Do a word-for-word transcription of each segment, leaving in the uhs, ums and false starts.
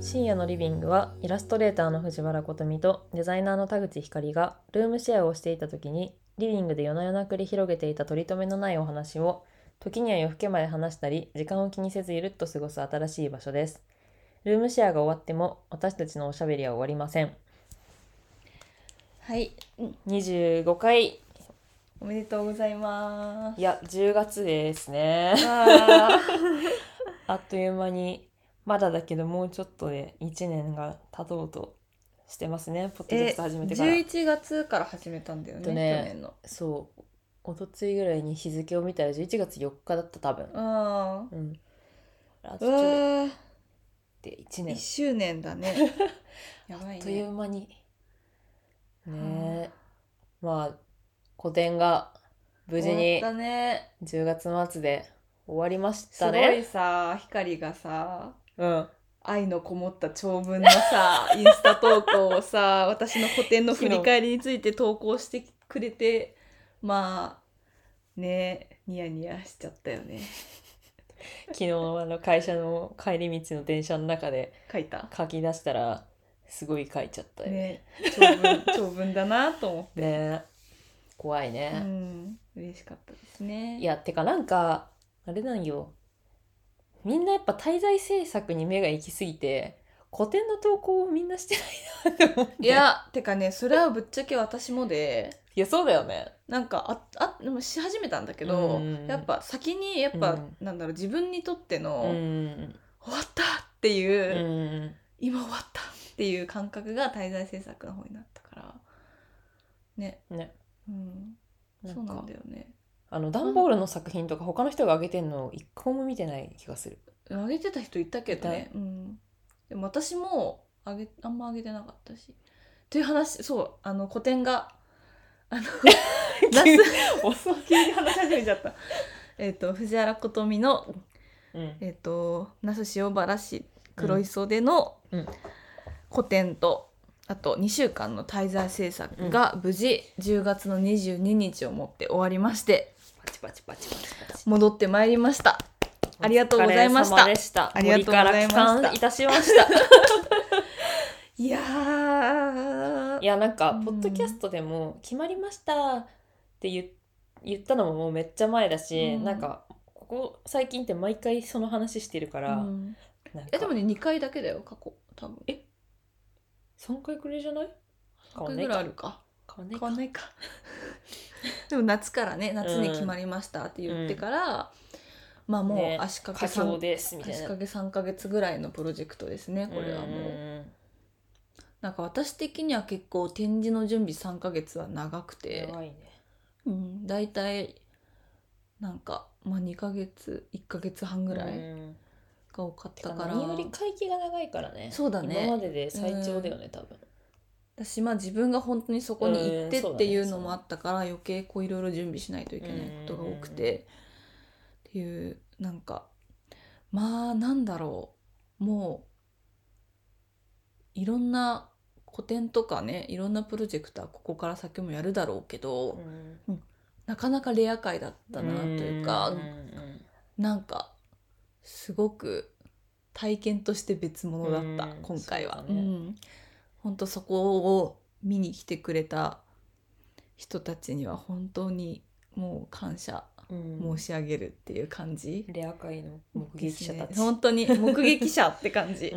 深夜のリビングはイラストレーターの藤原琴美とデザイナーの田口ひかりがルームシェアをしていた時にリビングで夜な夜な繰り広げていた取り留めのないお話を時には夜更けまで話したり時間を気にせずゆるっと過ごす新しい場所です。ルームシェアが終わっても私たちのおしゃべりは終わりません。 はい、 にじゅうごかいおめでとうございます。 いやじゅうがつですね。 ああっという間にまだだけどもうちょっとでいちねんが経とうとしてますね。ポッドキャスト始めてから。 じゅういちがつから始めたんだよね、 ね去年の。 そうおとついぐらいに日付を見たらじゅういちがつよっかだった多分。 あうんあとうわーでいちねんいっしゅうねんだね。やばいね。 あっという間にね。まあ個展が無事に終わったね。 じゅうがつ末で終わりましたすごいね。 さ、光がさ、 うん愛のこもった長文のさインスタ投稿をさ、私の個展の振り返りについて投稿してくれて、まあね、ニヤニヤしちゃったよね。 昨日あの会社の帰り道の電車の中で書いた書き出したらすごい書いちゃったよね。 ね、長文長文だなと思ってね怖いね。 うん嬉しかったですね。 いやてかなんかあれなんよ、みんなやっぱ滞在制作に目が行き過ぎて古典の投稿をみんなしてないなって思って。 いやてかね、それはぶっちゃけ私もで、 いやそうだよね。 なんかああでもし始めたんだけど、 うんやっぱ先にやっぱ、 うんなんだろう、自分にとっての、 うん終わったっていうう、 ん今終わったっていう感覚が滞在制作の方になったからね。 ね。 うんなんかそうなんだよね。 あの段ボールの作品とか他の人が上げてんの一個も見てない気がする。 あげてた人いたけどねいた。 うん、でも私もあげあんまあげてなかったしっていう話。そうあの個展があの那須遅急に話し始めちゃったえっと藤原琴美の、 うんえっと那須塩原市黒磯でのうん個展と、あとにしゅうかんの滞在制作が無事じゅうがつのにじゅうににちをもって終わりまして、 パチパチパチパチパチ。 戻ってまいりました。ありがとうございました。 お疲れ様でした。 ありがとうございました。 森から帰還いたしました。 いやーいやなんかうんポッドキャストでも決まりましたって言言ったのももうめっちゃ前だし、 うんなんかここ最近って毎回その話してるから、 うんなんかえでもねにかいだけだよ過去多分。 えさんかいくらいじゃない？ さんかいぐらいあるか。 変わんないか。 変わんないかでも夏からね、夏に決まりましたって言ってから、うん、まあもう足掛け佳境ですみたいな。 足掛けさんかげつぐらいのプロジェクトですねこれはもう。 うんなんか私的には結構展示の準備さんかげつは長くて、 長いね。 うん、だいたいなんか、まあ、にかげついっかげつはんぐらいが多かったから、 何より会期が長いからね。 そうだね、 今までで最長だよね、うん、多分。 私まあ自分が本当にそこに行ってっていうのもあったから、余計こういろいろ準備しないといけないことが多くてっていう、なんかまあなんだろう、もういろんな個展とかね、いろんなプロジェクトはここから先もやるだろうけど、うん、なかなかレア回だったなというか、なんかすごく体験として別物だった今回は。うん、本当そこを見に来てくれた人たちには本当にもう感謝申し上げるっていう感じ、 うん、レア界の目撃者たち、 ね、本当に目撃者って感じ、うん、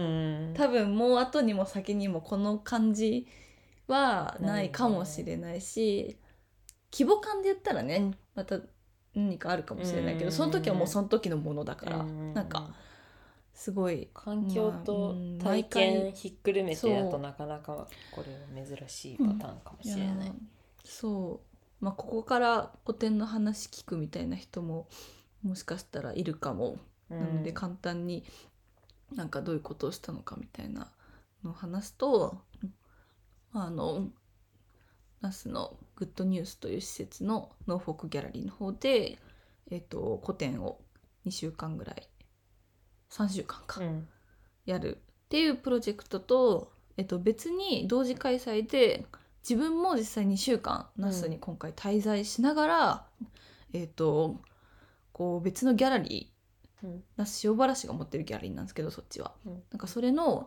多分もう後にも先にもこの感じはないかもしれないし、規模感で言ったらねまた何かあるかもしれないけど、うん、その時はもうその時のものだから、うん、なんかすごい環境と体験ひっくるめてだとなかなかこれは珍しいパターンかもしれない、うん、 いそう、まあ、ここから古典の話聞くみたいな人ももしかしたらいるかも、うん、なので簡単になんかどういうことをしたのかみたいなのを話すと、あの那須のグッドニュースという施設のノーフォークギャラリーの方で、えーと、個展をにしゅうかんぐらいさんしゅうかんか、うん、やるっていうプロジェクトと、えーと、別に同時開催で自分も実際にしゅうかん那須に今回滞在しながら、うん、えーとこう別のギャラリー、那須塩原市が持ってるギャラリーなんですけど、そっちは、うん、なんかそれの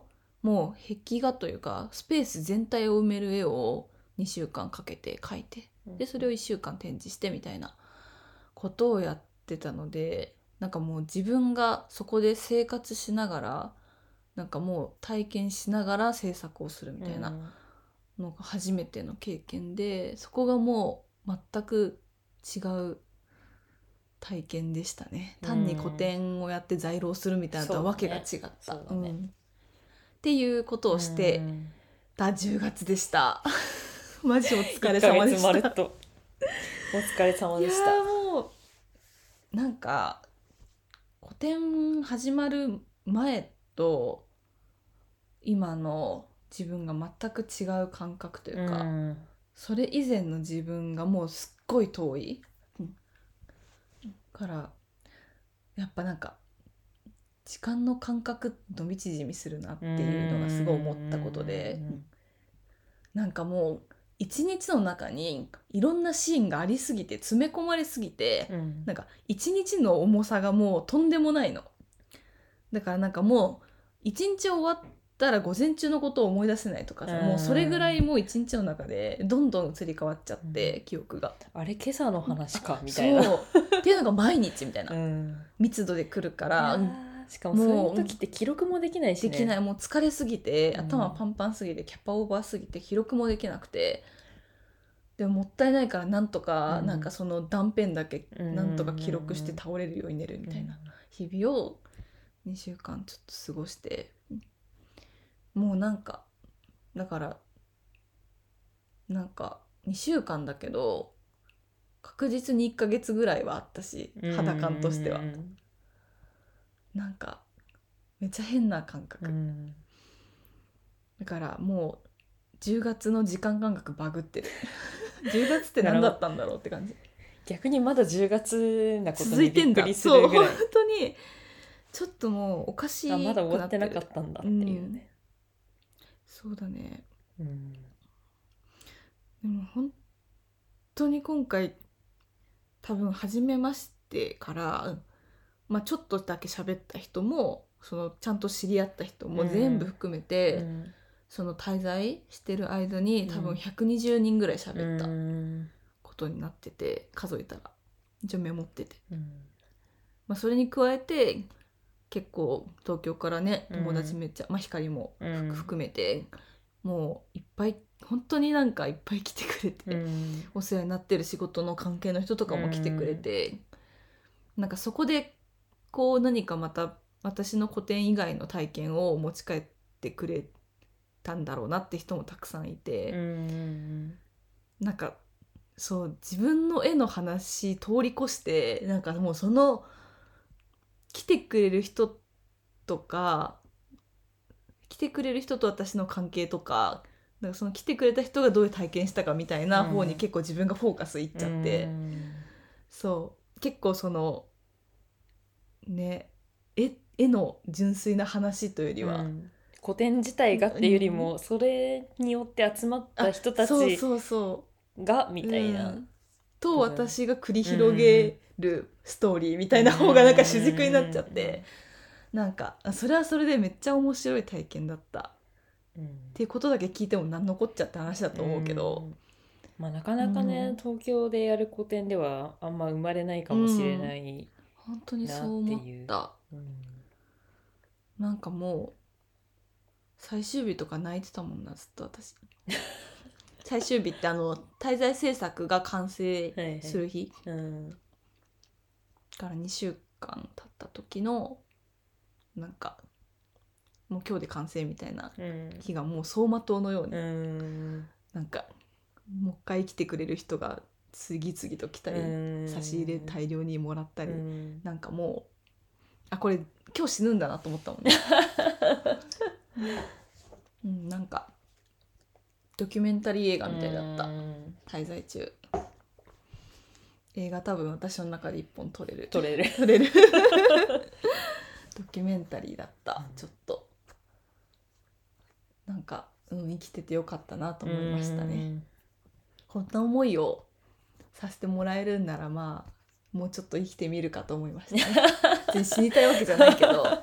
もう壁画というかスペース全体を埋める絵をにしゅうかんかけて描いて、でそれをいっしゅうかん展示してみたいなことをやってたので、なんかもう自分がそこで生活しながらなんかもう体験しながら制作をするみたいなのが初めての経験で、そこがもう全く違う体験でしたね。単に古典をやって在廊するみたいなのとはわけが違った、 そうだね、 うん、っていうことをしてたじゅうがつでした。マジお疲れ様でした。 いっかげつまるっとお疲れ様でした。 いやもうなんか古典始まる前と今の自分が全く違う感覚というか、うん、それ以前の自分がもうすっごい遠い、うん、からやっぱなんか時間の感覚伸び縮みするなっていうのがすごい思ったことで、うん、なんかもう一日の中にいろんなシーンがありすぎて詰め込まれすぎて、うん、なんか一日の重さがもうとんでもないの。だからなんかもう一日終わったら午前中のことを思い出せないとかさ、うん、もうそれぐらいもう一日の中でどんどん移り変わっちゃって、うん、記憶があれ今朝の話かみたいな、 そうっていうのが毎日みたいな、うん、密度で来るから、 しかもそういう時って記録もできないしね。 できない、もう疲れすぎて、うん、頭パンパンすぎてキャパオーバーすぎて記録もできなくて、でももったいないからなんとか、うん、なんかその断片だけなんとか記録して倒れるように寝るみたいな日々をにしゅうかんちょっと過ごして、もうなんかだからなんかにしゅうかんだけど確実にいっかげつぐらいはあったし、肌感としてはなんかめっちゃ変な感覚、うん、だからもうじゅうがつの時間感覚バグってるじゅうがつって何だったんだろうって感じ。 逆にまだじゅうがつなことにびっくりするぐらい、 そう本当にちょっともうおかしいくなってる。 あ、まだ終わってなかったんだっていうね、うん、 そうだね、 うん、 でも本当に今回多分初めましてから、まあ、ちょっとだけ喋った人もそのちゃんと知り合った人も全部含めて、うん、その滞在してる間に多分ひゃくにじゅうにんぐらい喋ったことになってて、数えたら一応メモってて、うん、まあ、それに加えて結構東京からね友達めっちゃ、うん、まあ、光も含めて、うん、もういっぱい本当になんかいっぱい来てくれて、うん、お世話になってる仕事の関係の人とかも来てくれて、うん、なんかそこでこう何かまた私の古典以外の体験を持ち帰ってくれたんだろうなって人もたくさんいて、うん、なんかそう自分の絵の話通り越してなんかもうその来てくれる人とか来てくれる人と私の関係とか、なんかその来てくれた人がどういう体験したかみたいな方に結構自分がフォーカスいっちゃって、うん、そう結構そのね絵、絵の純粋な話というよりは、うん、 古典自体がっていうよりも、うん、それによって集まった人たちがそうそうそうみたいな、うん、 と私が繰り広げるストーリーみたいな方がなんか主軸になっちゃって、うん、なんかそれはそれでめっちゃ面白い体験だった、うん、っていうことだけ聞いても何のこっちゃって話だと思うけど、うん、 まあ、なかなかね、うん、東京でやる古典ではあんま生まれないかもしれない、うん、 本当にそう思った、うん、なんかもう最終日とか泣いてたもんな、ずっと私最終日ってあの滞在制作が完成する日、はいはい、うん、からにしゅうかん経った時のなんかもう今日で完成みたいな日がもう走馬灯のように、うん、なんかもう一回来てくれる人が次々と来たり、うん、差し入れ大量にもらったり、うん、なんかもうあこれ今日死ぬんだなと思ったもんね、うん、なんかドキュメンタリー映画みたいだった、うん、滞在中映画多分私の中で一本撮れる撮れる撮れるドキュメンタリーだった、うん、ちょっとなんか、うん、生きててよかったなと思いましたね、うん、こんな思いをさせてもらえるんならまあもうちょっと生きてみるかと思いましたね全然死にたいわけじゃないけど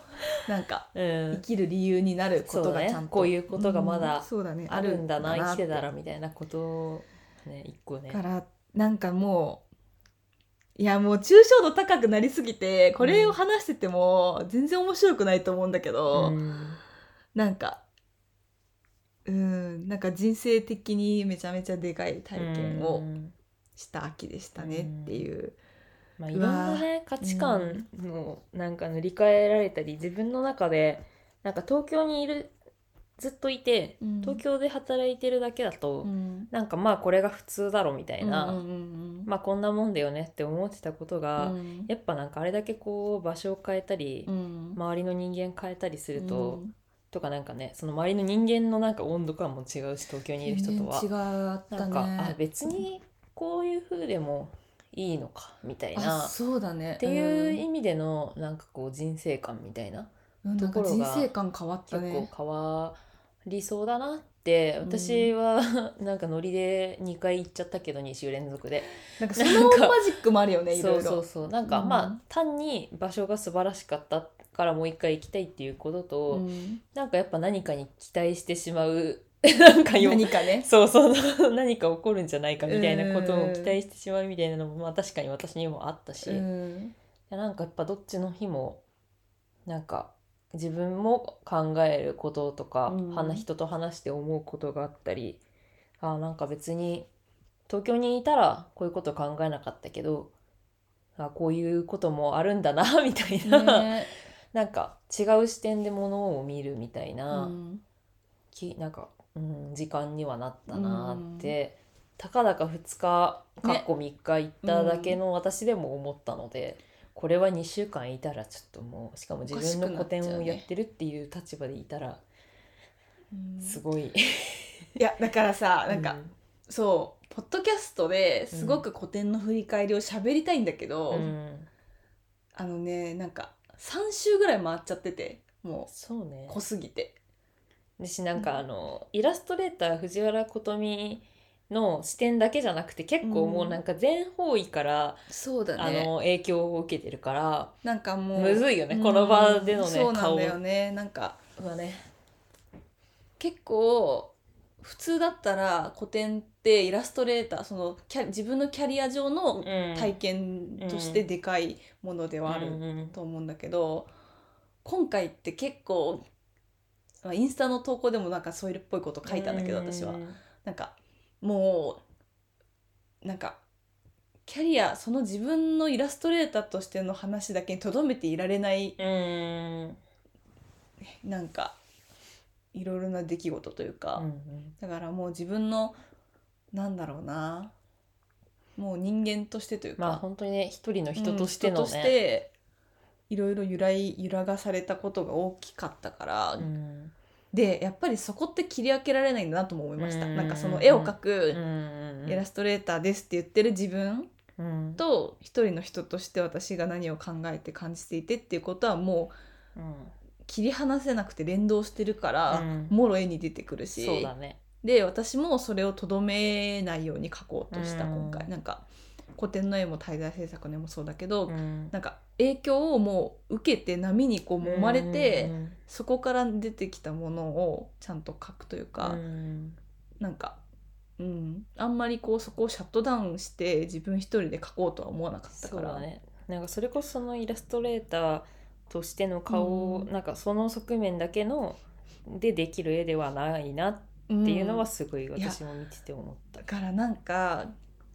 なんかう生ん、 きる理由になることそうだねがちゃんと、 こういうことがまだうんそうだねあるんだな、生きてたってらみたいなことね、一個ね。 からなんかもういやもう抽象度高くなりすぎてこれを話してても全然面白くないと思うんだけうど、 んなんかうんなんか人生的にめちゃめちゃでかい体験うをんした秋でしたねっていう。 まあ、いろんなね価値観のなんか塗り替えられたり、自分の中でなんか東京にいるずっといて、 うん東京で働いてるだけだと、 うんなんかまあこれが普通だろみたいな、 うんうんうんまあこんなもんだよねって思ってたことが、 うんやっぱなんかあれだけこう場所を変えたり、 うん周りの人間変えたりすると、 うんとかなんかね、その周りの人間のなんか温度感も違うし、東京にいる人とは全然違ったね。 なんかあ別にこういう風でもいいのかみたいな、 あそうだねっていう意味でのなんかこう人生観みたいなうん、なんかところが人生観変わった結ね。 構変わりそうだなって私はなんかノリでにかい行っちゃったけどに週連続でなんかそのなんかマジックもあるよねいろいろ。 そうそうそうなんかうんまあ単に場所が素晴らしかったからもう一回行きたいっていうことと、 うんなんかやっぱ何かに期待してしまうなんかよ何かね。 そうそう何か起こるんじゃないかみたいなことをうん期待してしまうみたいなのもまあ確かに私にもあったし、 ういんやなんかやっぱどっちの日もなんか自分も考えることとか、 うん話人と話して思うことがあったり、あなんか別に東京にいたらこういうこと考えなかったけど、あこういうこともあるんだなみたいな、 ねなんか違う視点で物を見るみたいな、 うんきなんか、うん、時間にはなったなうんって、たかだかふつかかねっこみっか行っただけの私でも思ったので、これはにしゅうかんいたらちょっともうしかも自分の個展をやってるっていう立場でいたらうんすごい、 いやだからさなんか、 うんそうポッドキャストですごく古典の振り返りを喋りたいんだけど、 うんあのねなんかさん週ぐらい回っちゃっててもそうねう濃すぎて。 私なんかあのイラストレーター藤原琴美の視点だけじゃなくて結構もうなんか全方位から、 そうだあねの影響を受けてるからなんかもうむずいよね、 うんこの場でのねそうなん顔だよねなんかはね。 結構普通だったら古典ってイラストレーターそのキャ自分のキャリア上の体験としてでかいものではあると思うんだけど、今回って結構まあインスタの投稿でもなんかそういうっぽいこと書いたんだけど、私はなんかもうなんかキャリアその自分のイラストレーターとしての話だけにとどめていられないうんなんかいろいろな出来事というか、 うんうんだからもう自分のなんだろうなもう人間としてというか、 まあ本当にね一人の人としてのうん人としね、 ていろいろ揺らい揺らがされたことが大きかったから、 うんでやっぱりそこって切り分けられないんだなとも思いました。 うんなんかその絵を描うくんイラストレーターですって言ってる自分うんと一人の人として私が何を考えて感じていてっていうことはもううん切り離せなくて連動してるから、 うんもろ絵に出てくるし、 そうだねで私もそれをとどめないように描こうとした、 うん今回なんか古典の絵も滞在制作の絵もそうだけど、 うんなんか影響をもう受けて波にこう揉まれて、 うんそこから出てきたものをちゃんと描くというか、 うんなんか、うん、あんまりこうそこをシャットダウンして自分一人で描こうとは思わなかったから。 そうだね、なんかそれこそそのイラストレーターとしての顔を、 うんなんかその側面だけのでできる絵ではないなっていうのはすごい私も見てて思った、 だからなんか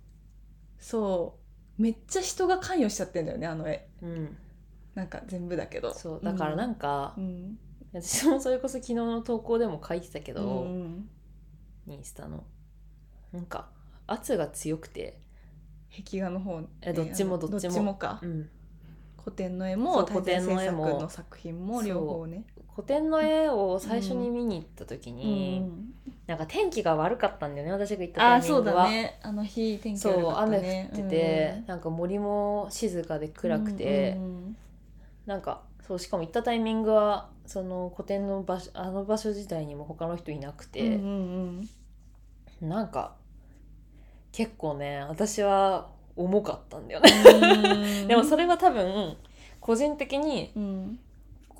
そうめっちゃ人が関与しちゃってんだよねあの絵、 うん、 なんか全部だけど。 そうだからなんか、 うん私もそれこそ昨日の投稿でも書いてたけうど、 ん、 インスタのなんか圧が強くて、 壁画の方、 えどっちもあのどっちもどっちもか、 うん、 古典の絵そうも古滞在制典の絵も作の作品も両方ね。 古典の絵を最初に見に行った時に、 うんなんか天気が悪かったんだよね、私が行ったタイあーそうミングは。 だねあの日天気そう悪かった雨ね。 降ってて、 うんなんか森も静かで暗くて、 うんなんかそうしかも行ったタイミングはその古典の場所あの場所自体にも他の人いなくて、 うんうんなんか結構ね私は重かったんだよねうんでもそれは多分個人的にうんこ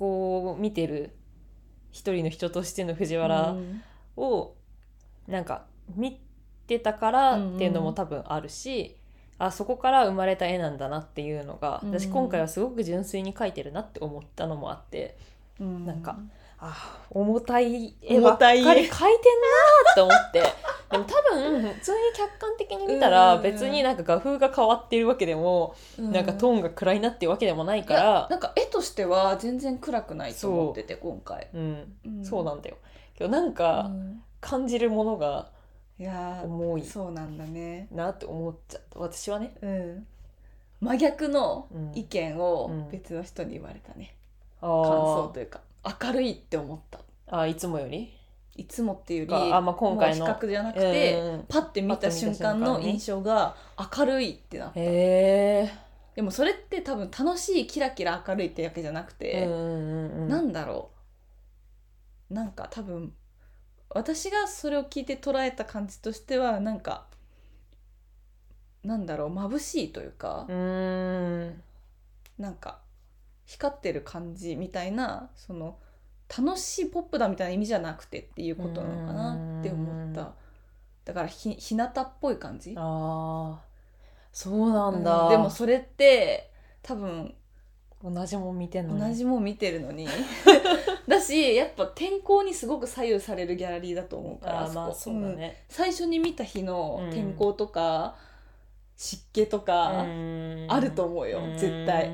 を見てる一人の人としての藤原をなんか見てたからっていうのも多分あるし、うんうん、あそこから生まれた絵なんだなっていうのが、うん、私今回はすごく純粋に描いてるなって思ったのもあって、うん、なんかあ重たい絵ばっかり描いてんなって思ってでも多分普通に客観的に見たら別になんか画風が変わってるわけでも、うん、なんかトーンが暗いなっていうわけでもないから、 なんか絵としては全然暗くないと思ってて今回、 うんうん、そうなんだよ。けどなんか感じるものが重い、 いやそうなんだねなって思っちゃった私はね、 うん、真逆の意見を別の人に言われたね、うん、感想というか明るいって思った。 あいつもよりいつもっていうよりあ、まあ、今回のもう比較じゃなくて、うん、パッて見た瞬間の印象が明るいってなった。へー。でもそれって多分楽しいキラキラ明るいってわけじゃなくて、うんうんうん、なんだろうなんか多分私がそれを聞いて捉えた感じとしてはなんかなんだろう眩しいというか、うーんなんか光ってる感じみたいなその楽しいポップだみたいな意味じゃなくてっていうことなのかなって思った。だからひ日向っぽい感じ。 ああそうなんだ、 うん、でもそれって多分同じもん見てんのに同じもん見てるのにだしやっぱ天候にすごく左右されるギャラリーだと思うから、 あまあそうだね、 うん、最初に見た日の天候とか、うん、湿気とかあると思うよ絶対、うん、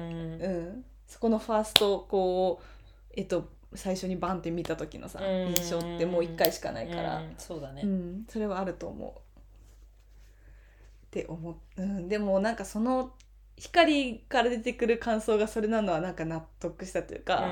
そこのファーストこうえっと最初にバンって見た時のさ印象ってもう一回しかないから、 そうだね、 うん、それはあると思うって思う、うん、でもなんかその光から出てくる感想がそれなのはなんか納得したというか、うん、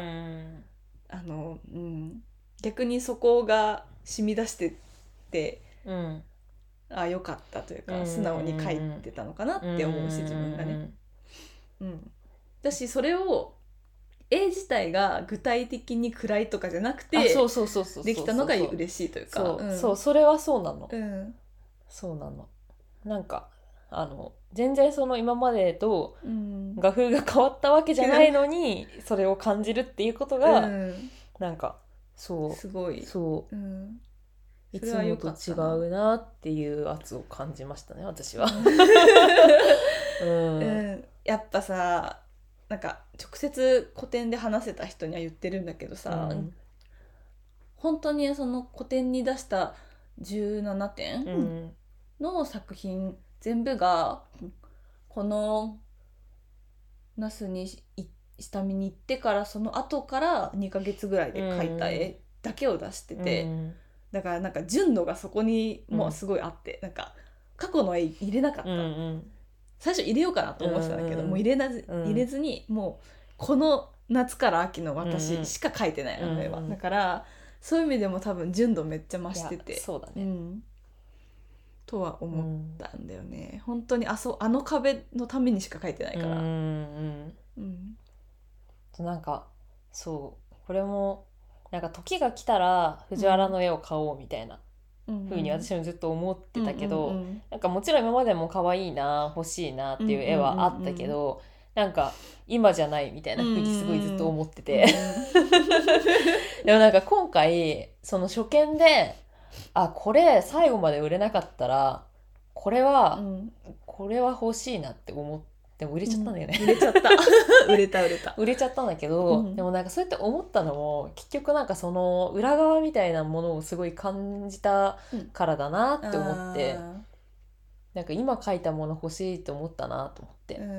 あの、うん、逆にそこが染み出してて、うん、あ良かったというか、うん、素直に書いてたのかなって思うし、うん、自分がね、うん、だしそれを絵自体が具体的に暗いとかじゃなくてできたのが嬉しいというか、 そう、うん、そうそれはそうなの、うん、そうなのなんかあの全然その今までと画風が変わったわけじゃないのに、うん、それを感じるっていうことが、うん、なんかそうすごいそう、うん、いつもと違うなっていう圧を感じましたね私は、 うんうん、やっぱさなんか直接個展で話せた人には言ってるんだけどさ、うん、本当にその個展に出したじゅうななてんの作品全部がこの那須に下見に行ってからその後からにかげつぐらいで描いた絵だけを出してて、うん、だからなんか純度がそこにもすごいあって、うん、なんか過去の絵入れなかった、うんうん、最初入れようかなと思ってたんだけど、うんうん、もう入れなず、うん、入れずにもうこの夏から秋の私しか描いてない、うんうん、あの絵は、だからそういう意味でも多分純度めっちゃ増してて、 そうだね、うん、 とは思ったんだよね、うん、本当にあそあの壁のためにしか描いてないから、うんうんうん、なんかそうこれもなんか時が来たら藤原の絵を買おうみたいな風に私もずっと思ってたけど、うんうんうん、なんかもちろん今までも可愛いな欲しいなっていう絵はあったけど、うんうんうん、なんか今じゃないみたいな風にすごいずっと思ってて、うんうん、でもなんか今回その初見であこれ最後まで売れなかったらこれは、うん、これは欲しいなって思ってでも売れちゃったんだよね、 うん、売れちゃった売れた売れた売れちゃったんだけど、うん、でもなんかそうやって思ったのも結局なんかその裏側みたいなものをすごい感じたからだなって思って、うん、なんか今描いたもの欲しいと思ったなと思って、うん、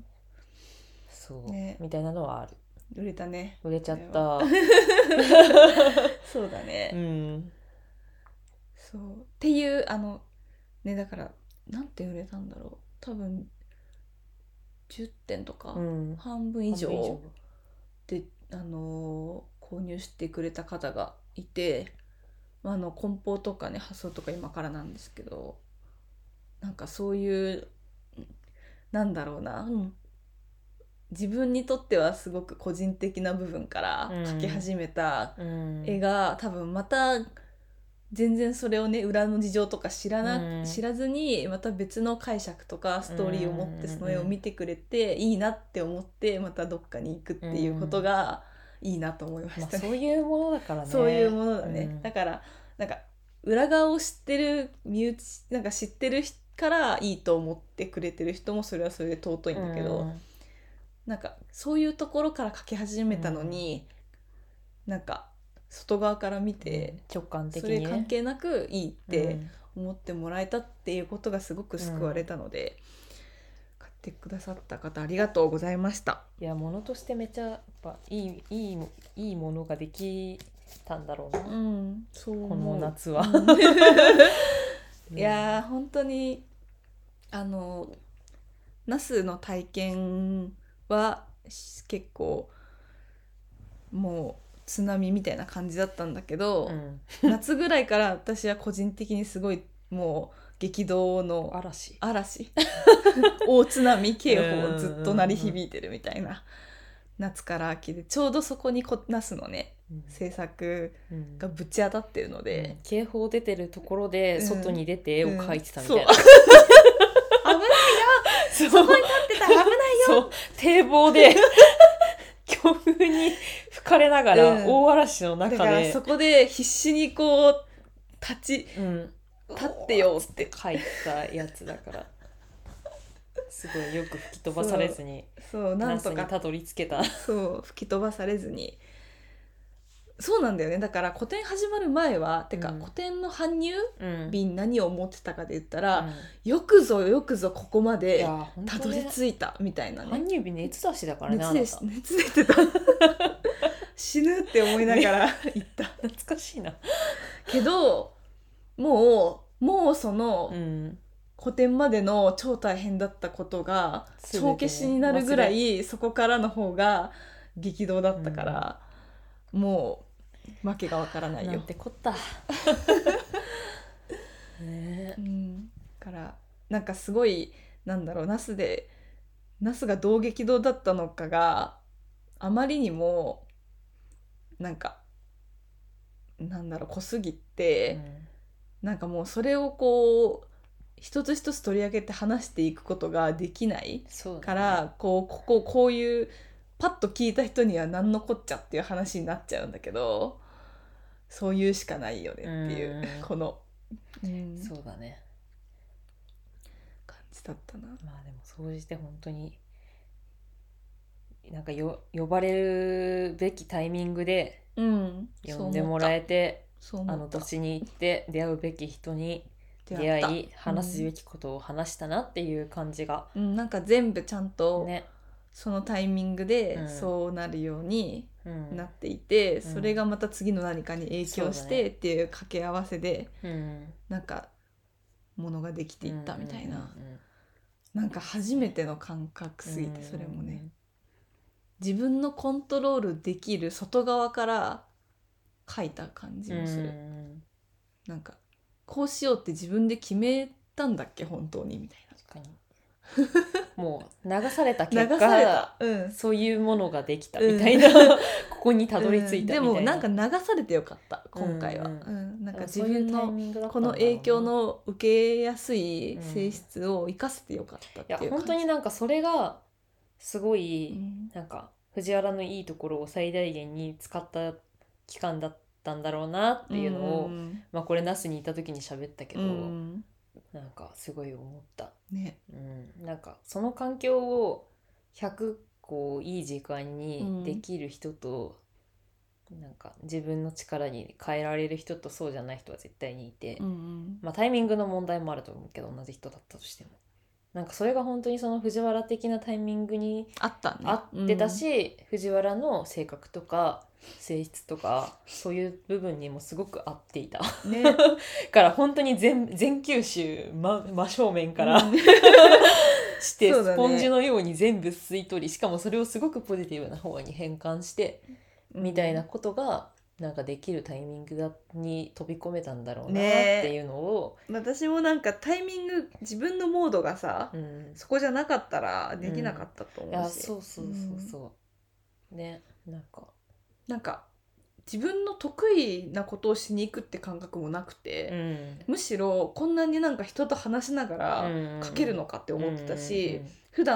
そう、ね、みたいなのはある。 売れたね売れちゃったそうだね、うん、そうっていうあのねだからなんて売れたんだろう多分じゅってんとか、うん、半分以上で、あのー、購入してくれた方がいて、あの梱包とかね発送とか今からなんですけどなんかそういうなんだろうな、うん、自分にとってはすごく個人的な部分から描き始めた絵が、うん、多分また全然それをね裏の事情とか知らな、うん、知らずにまた別の解釈とかストーリーを持ってその絵を見てくれて、うん、いいなって思ってまたどっかに行くっていうことがいいなと思いままあ、 したね、 そういうものだからね。 そういうものだね、 うんだからなんか裏側を知ってる身内なんか知ってるからいいと思ってくれてる人もそれはそれで尊いんだけど、 うんなんかそういうところから書き始めたのに、なんか外側から見て、 うん直感的そにねれ関係なくいいってうん思ってもらえたっていうことがすごく救われたので、買ってくださった方ありがとうございました。 いや物としてめっちゃやっぱいいいいいいものができたんだろうな、 うんそう思うこの夏は、 うんいやー本当にあのナスの体験は結構もう津波みたいな感じだったんだけど、 うん夏ぐらいから私は個人的にすごいもう激動の嵐嵐大津波警うんうんうんうん報ずっと鳴り響いてるみたいな夏から秋でちょうどそこにこナスのねうん制作うんがぶち当たってるのうんで、 警報出てるところでうん外に出て絵を描いてたみたいな、 うんそう危ないよそうそこに立ってたら危ないよそう堤防で強風に吹かれながら、 うん大嵐のだ中でからそこで必死にこう立ちうん、 立ってよっってて書いたやつだからすごいよく吹き飛ばされずにそうなんとかナスにたどり着けた。 そう吹き飛ばされずにそうなんだよね。だから個展始まる前はてか、 うん個展の搬入うん日に何を思ってたかで言ったら、 うんよくぞよくぞここまいでや本当ねたどり着いたみたいなね。 搬入日熱出しだからねあ熱でなた熱出てた死ぬって思いながら行った懐かしいな。 けどもうもうそのうん個展までの超大変だったことが全てね帳消しになるぐらいそこからの方が激動だったから、もう訳がわからないよ。 なんてこった。ねうん、からなんかすごいなんだろうナスでナスがどう激動だったのかがあまりにもなんかなんだろう濃すぎて、なんかもうそれをこう一つ一つ取り上げて話していくことができないそうだねからこうこここういうパッと聞いた人には何のこっちゃっていう話になっちゃうんだけど、そういうしかないよねっていう、 うんこの、うんそうだね。 感じだったな。 まあでも総じて本当になんかよ呼ばれるべきタイミングでうん、 呼んでもらえて、 そう思ったあの土地に行って出会うべき人に出出会った会い話すべきことを話したなっていう感じが、 うん、なんか全部ちゃんとね、 そのタイミングでうんそうなるようにうんなっていて、 うんそれがまた次の何かに影響しそうだねてっていう掛け合わせでうん、 なんかものができていったみたいな、 うんうんなんか初めての感覚すぎて、 うんそれもね自分のコントロールできる外側から書いた感じもする、 うんなんかこうしようって自分で決めたんだっけ本当にみたい確かにもう流されたな結流され果た、うん、 そういうものができたうんみたいな、ここにたどり着いたみたいな、 うんでもなんか流されてよかった今回は、 うんうんなんか自そういう分のタイミングだったこんだろうなの影響の受けやすい性質を生かせてよかったっていう感じ。 いや本当になんかそれがすごい、 うんなんか藤原のいいところを最大限に使った期間だったんだろうなっていうのを、 うんまあこれ那須にいた時に喋ったけど、 うんなんかすごい思った、 ねうん、なんかその環境をひゃくこういい時間にできる人と、なんか自分の力に変えられる人とそうじゃない人は絶対にいて、 うんまあタイミングの問題もあると思うけど同じ人だったとしてもなんかそれが本当にその藤原的なタイミングにあったね合ってたし、藤原の性格とか性質とかそういう部分にもすごく合っていた、 うんねから本当に全全九州、ま、真正面から、 うんしてそうだねスポンジのように全部吸い取りしかもそれをすごくポジティブな方に変換してみたいなことがなんかできるタイミングだに飛び込めたんだろうなっていうのを、 私もなんかタイミング自分のモードがさ、 うん、 そこじゃなかったらできなかったと思うし、 いやそうそうそうそう、ねなんかなんか自分の得意なことをしに行くって感覚もなくて、 うんむしろこんなになんか人と話しながらうん書けるのかって思ってたし、 うん普段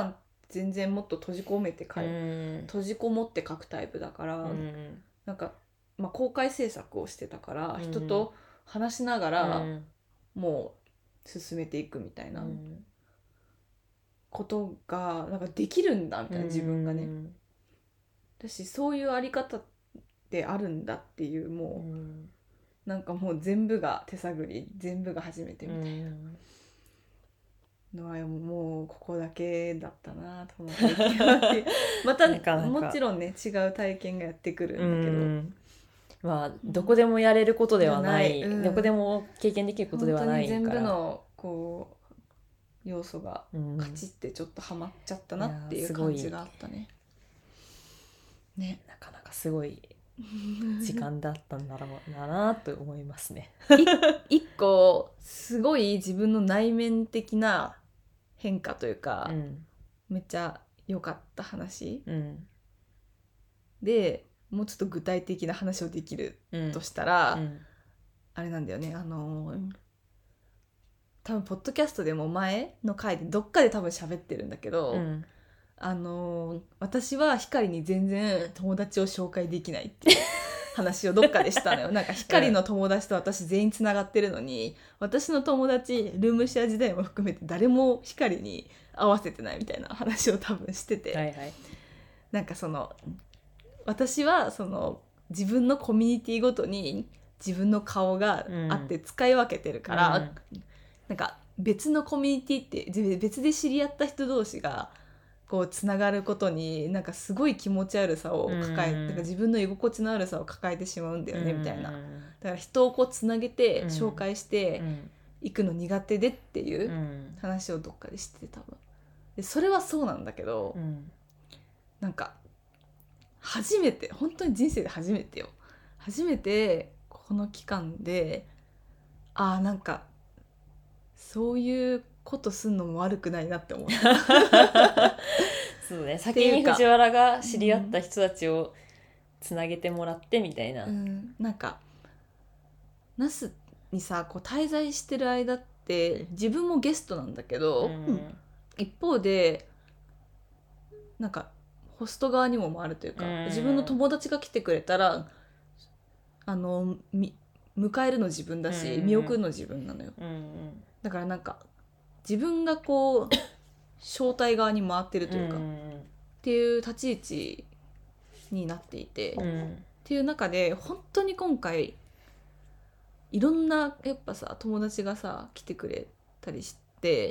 全然もっと閉じ込めて書い、 うん閉じこもって書くタイプだから、 うんなんか、まあ、公開制作をしてたから、 うん人と話しながうらんもう進めていくみたいなうんことがなんかできるんだみたいな、自分がね。 うん私そういうあり方ってあるんだっていう、 うもんうなんかもう全部が手探り、全部が初めてみたいうんなのはもうここだけだったな、この体験はっていうまたなかなかもちろんね違う体験がやってくるうんだけど、 んまあどこでもやれることではない、 じゃないうんどこでも経験できることではないから、 本当に全部のこう要素がうんカチッてちょっとハマっちゃったなっていういやーすごい感じがあったね。ね。 なかなかすごい時間だったんだろうなと思いますね。 い一個すごい自分の内面的な変化というか、 うんめっちゃ良かった話うんで、もうちょっと具体的な話をできるうんとしたら、 うんあれなんだよね、あのー多分ポッドキャストでも前の回でどっかで多分喋ってるんだけど、 うんあのー私は光に全然友達を紹介できないっていう話をどっかでしたのよ。なんか光の友達と私全員つながってるのに、私の友達ルームシェア時代も含めて誰も光に合わせてないみたいな話を多分してて、 はいはいなんかその私はその自分のコミュニティごとに自分の顔があって使い分けてるから、 うんなんか別のコミュニティってぜ別で知り合った人同士がこうつながることになんかすごい気持ち悪さを抱え、 うんなんか自分の居心地の悪さを抱えてしまうんだよね、みたいな。だうんから人をこうつなげてうん紹介してうんいくの苦手でっていううん話をどっかでしてて、多分でそれはそうなんだけど、 うんなんか初めて、本当に人生で初めてよ、初めてこの期間で、あーなんかそういうことすんのも悪くないなって思ったそうね、 て先いうかに藤原が知り合った人たちをつなげてもらってみたいな、 うんなんか那須にさこう滞在してる間って自分もゲストなんだけど、 うん一方でなんかホスト側にも回るというか、 うん自分の友達が来てくれたらあのみ迎えるの自分だし、 うん見送るの自分なのよ。 うんだからなんか自分がこう招待側に回ってるというか、っうんていう立ち位置になっていて、っうんていう中で本当に今回いろんなやっぱさ友達がさ来てくれたりして、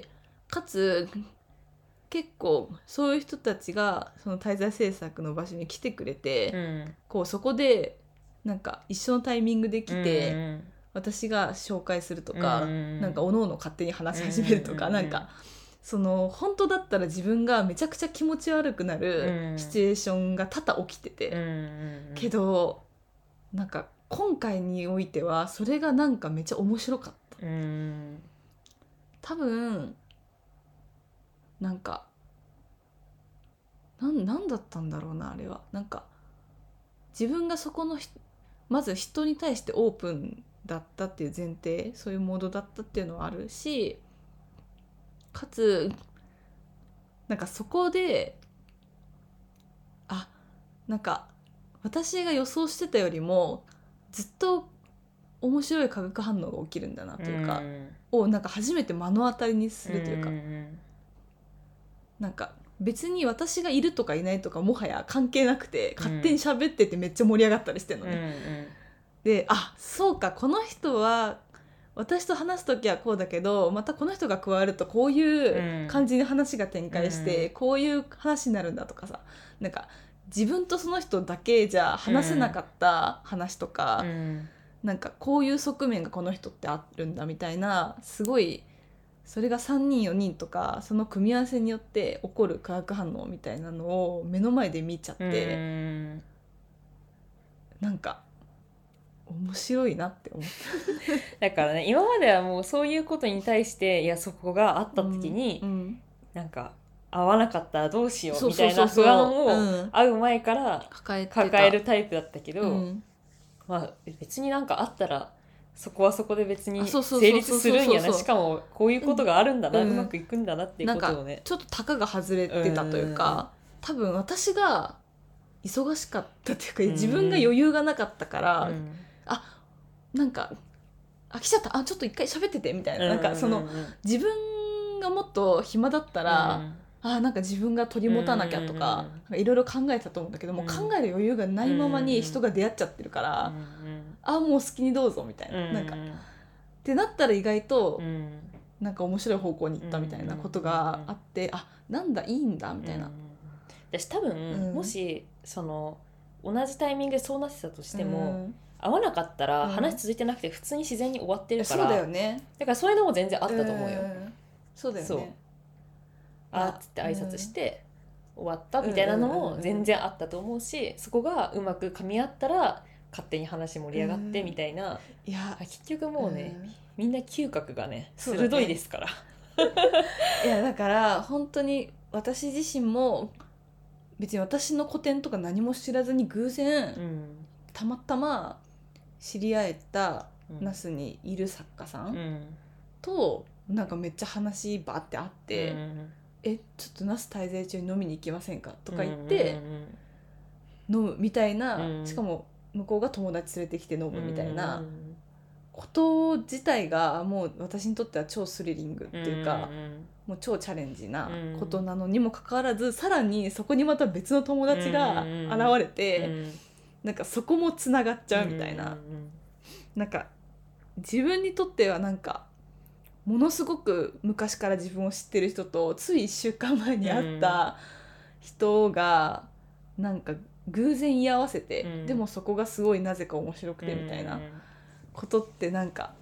かつ結構そういう人たちがその滞在制作の場所に来てくれて、 うんこうそこでなんか一緒のタイミングで来て、 うん私が紹介するとか、 うんなんかおのおの勝手に話し始めるとか、 うんなんかその本当だったら自分がめちゃくちゃ気持ち悪くなるシチュエーションが多々起きてて、 うんけどなんか今回においてはそれがなんかめっちゃ面白かった。 うん多分なんかなんなんだったんだろうな、あれは。なんか自分がそこのひまず人に対してオープンだったっていう前提、そういうモードだったっていうのはあるし、かつなんかそこであなんか私が予想してたよりもずっと面白い化学反応が起きるんだなというか、をなんか初めて目の当たりにするというか、 うんなんか別に私がいるとかいないとかもはや関係なくて、勝手に喋っててめっちゃ盛り上がったりしてるのね、 うんうんで、あ、そうか、この人は私と話す時はこうだけど、またこの人が加わるとこういう感じに話が展開して、 うんこういう話になるんだとかさ、なんか自分とその人だけじゃ話せなかった話とか、 うんなんかこういう側面がこの人ってあるんだみたいな、すごいそれがさんにんよにんとかその組み合わせによって起こる化学反応みたいなのを目の前で見ちゃって、 うんなんか面白いなって思っだからね、今まではもうそういうことに対していやそこがあったた時に、 うんうんなんか合わなかったらどうしようそうみたいなそうそうそう不安をうん会う前から抱えてた抱えるタイプだったけど、 うんまあ別になんかあったらそこはそこで別にあそうそうそうそう成立するんやな、 そうそうそうしかもこういうことがあるんだな、 ううんまくいくんだなっていうなんかことをね。 ちょっとたかが外れてたというか、多分私が忙しかったっていうかうん自分が余裕がなかったから、 うんあなんかあ来ちゃったあちょっと一回喋っててみたいな、なんかそのうんうんうん自分がもっと暇だったら、あなんか自分が取り持たなきゃとかいろいろ考えたと思うんだけども、 うん考える余裕がないままに人が出会っちゃってるから、あもう好きにどうぞみたいな、 うんなんかってなったら意外とうんなんか面白い方向に行ったみたいなことがあって、あなんだいいんだみたいな、 うん私多分、 うんもしその同じタイミングでそうなってたとしても、 うん合わなかったらうん話続いてなくて普通に自然に終わってるかそうら、 だよねだからそういうのも全然あったと思うよ、 んそうだよそうねあーっつって挨拶して終わったみたいなのも全然あったと思うし、そこがうまく噛み合ったら勝手に話盛り上がってみたいな、 いやあ結局もうね、 うんみんな嗅覚がねそうだね鋭いですから。 いやだから本当に私自身も別に私の個展とか何も知らずに偶然、 うんたまたま知り合えたうん那須にいる作家さうんんとなんかめっちゃ話バーってあって、 うんえちょっと那須滞在中に飲みに行きませんかとか言って飲むみたいな、 うんしかも向こうが友達連れてきて飲むみたいなうんこと自体がもう私にとっては超スリリングっていうか、 うんもう超チャレンジなことなのにもかかわらず、さらにそこにまた別の友達が現れて、 うんなんかそこもつながっちゃうみたいな、 うんなんか自分にとってはなんかものすごく昔から自分を知ってる人とついいっしゅうかんまえに会った人がなんか偶然居合わせて、 うんでもそこがすごいなぜか面白くてみたいなことってなんか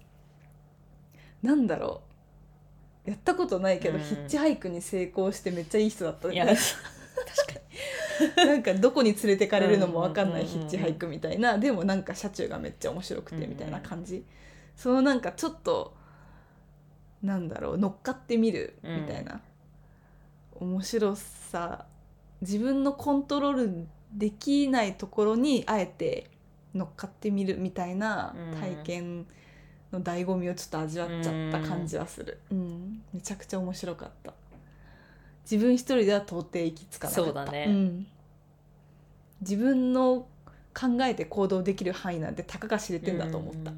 なんだろうやったことないけど、 うんヒッチハイクに成功してめっちゃいい人だったいや確かなんかどこに連れてかれるのも分かんないうんうんうんうんヒッチハイクみたいな、でもなんか車中がめっちゃ面白くてみたいな感じ、そのなんかちょっとなんだろう乗っかってみるみたいな、面白さ自分のコントロールできないところにあえて乗っかってみるみたいな体験の醍醐味をちょっと味わっちゃった感じはする、うん、めちゃくちゃ面白かった。自分一人では到底行き着かなかった。 そうだね、 うん、自分の考えて行動できる範囲なんてたかが知れてんだと思った、 うん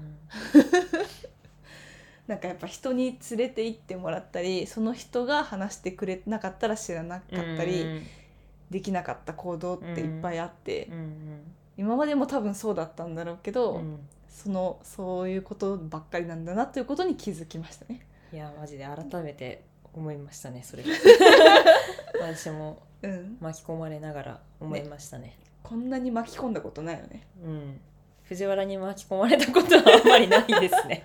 なんかやっぱ人に連れて行ってもらったりその人が話してくれなかったら知らなかったり、 うんできなかった行動っていっぱいあって、 うんうん今までも多分そうだったんだろうけど、 うんそのそういうことばっかりなんだなということに気づきましたね。 いやマジで改めて思いましたねそれ私もうん、 巻き込まれながら思いましたね。 こんなに巻き込んだことないよね。 うん藤原に巻き込まれたことはあんまりないですね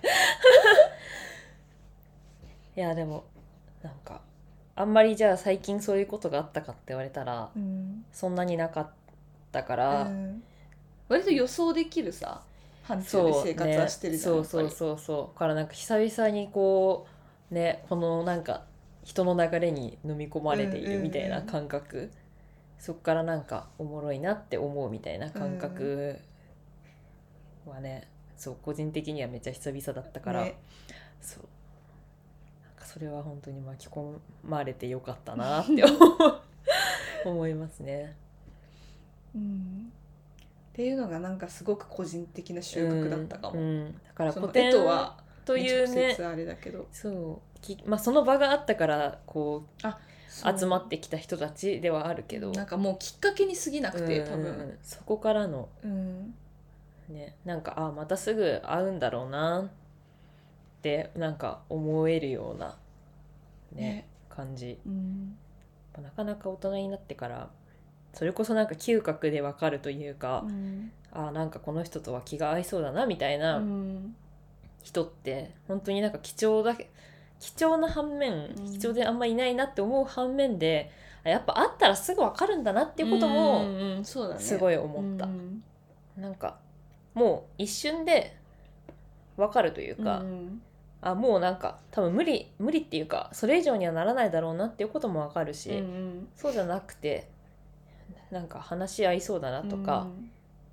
いやでもなんかあんまりじゃあ最近そういうことがあったかって言われたらうんそんなになかったから、 うん、割と予想できるさ範疇で生活はしてるじゃん、 そうね、そうそうそうそうだからなんか久々にこうねこのなんか人の流れに飲み込まれているみたいな感覚、うんうんうん、そっからなんかおもろいなって思うみたいな感覚はね、うん、そう個人的にはめっちゃ久々だったから、ね、そうなんかそれは本当に巻き込まれてよかったなって思いますね。 うんっていうのがなんかすごく個人的な収穫だったかも、 うんうん、だから古典とはというね、 直接あれだけどそうき、まあ、その場があったからこうあ集まってきた人たちではあるけどなんかもうきっかけに過ぎなくて、 うん、 多分そこからの、 うんね、なんかあまたすぐ会うんだろうなってなんか思えるような、ねね、感じ、 うん、 なかなか大人になってからそれこそなんか嗅覚でわかるというか、 うん、 あなんかこの人とは気が合いそうだなみたいな人って本当になんか貴重だけ貴重な反面、うん、貴重であんまいないなって思う反面でやっぱ会ったらすぐ分かるんだなっていうこともすごい思った、うんうんね、なんかもう一瞬で分かるというか、うん、あもうなんか多分無理無理っていうかそれ以上にはならないだろうなっていうことも分かるし、うんうん、そうじゃなくてなんか話し合いそうだなとか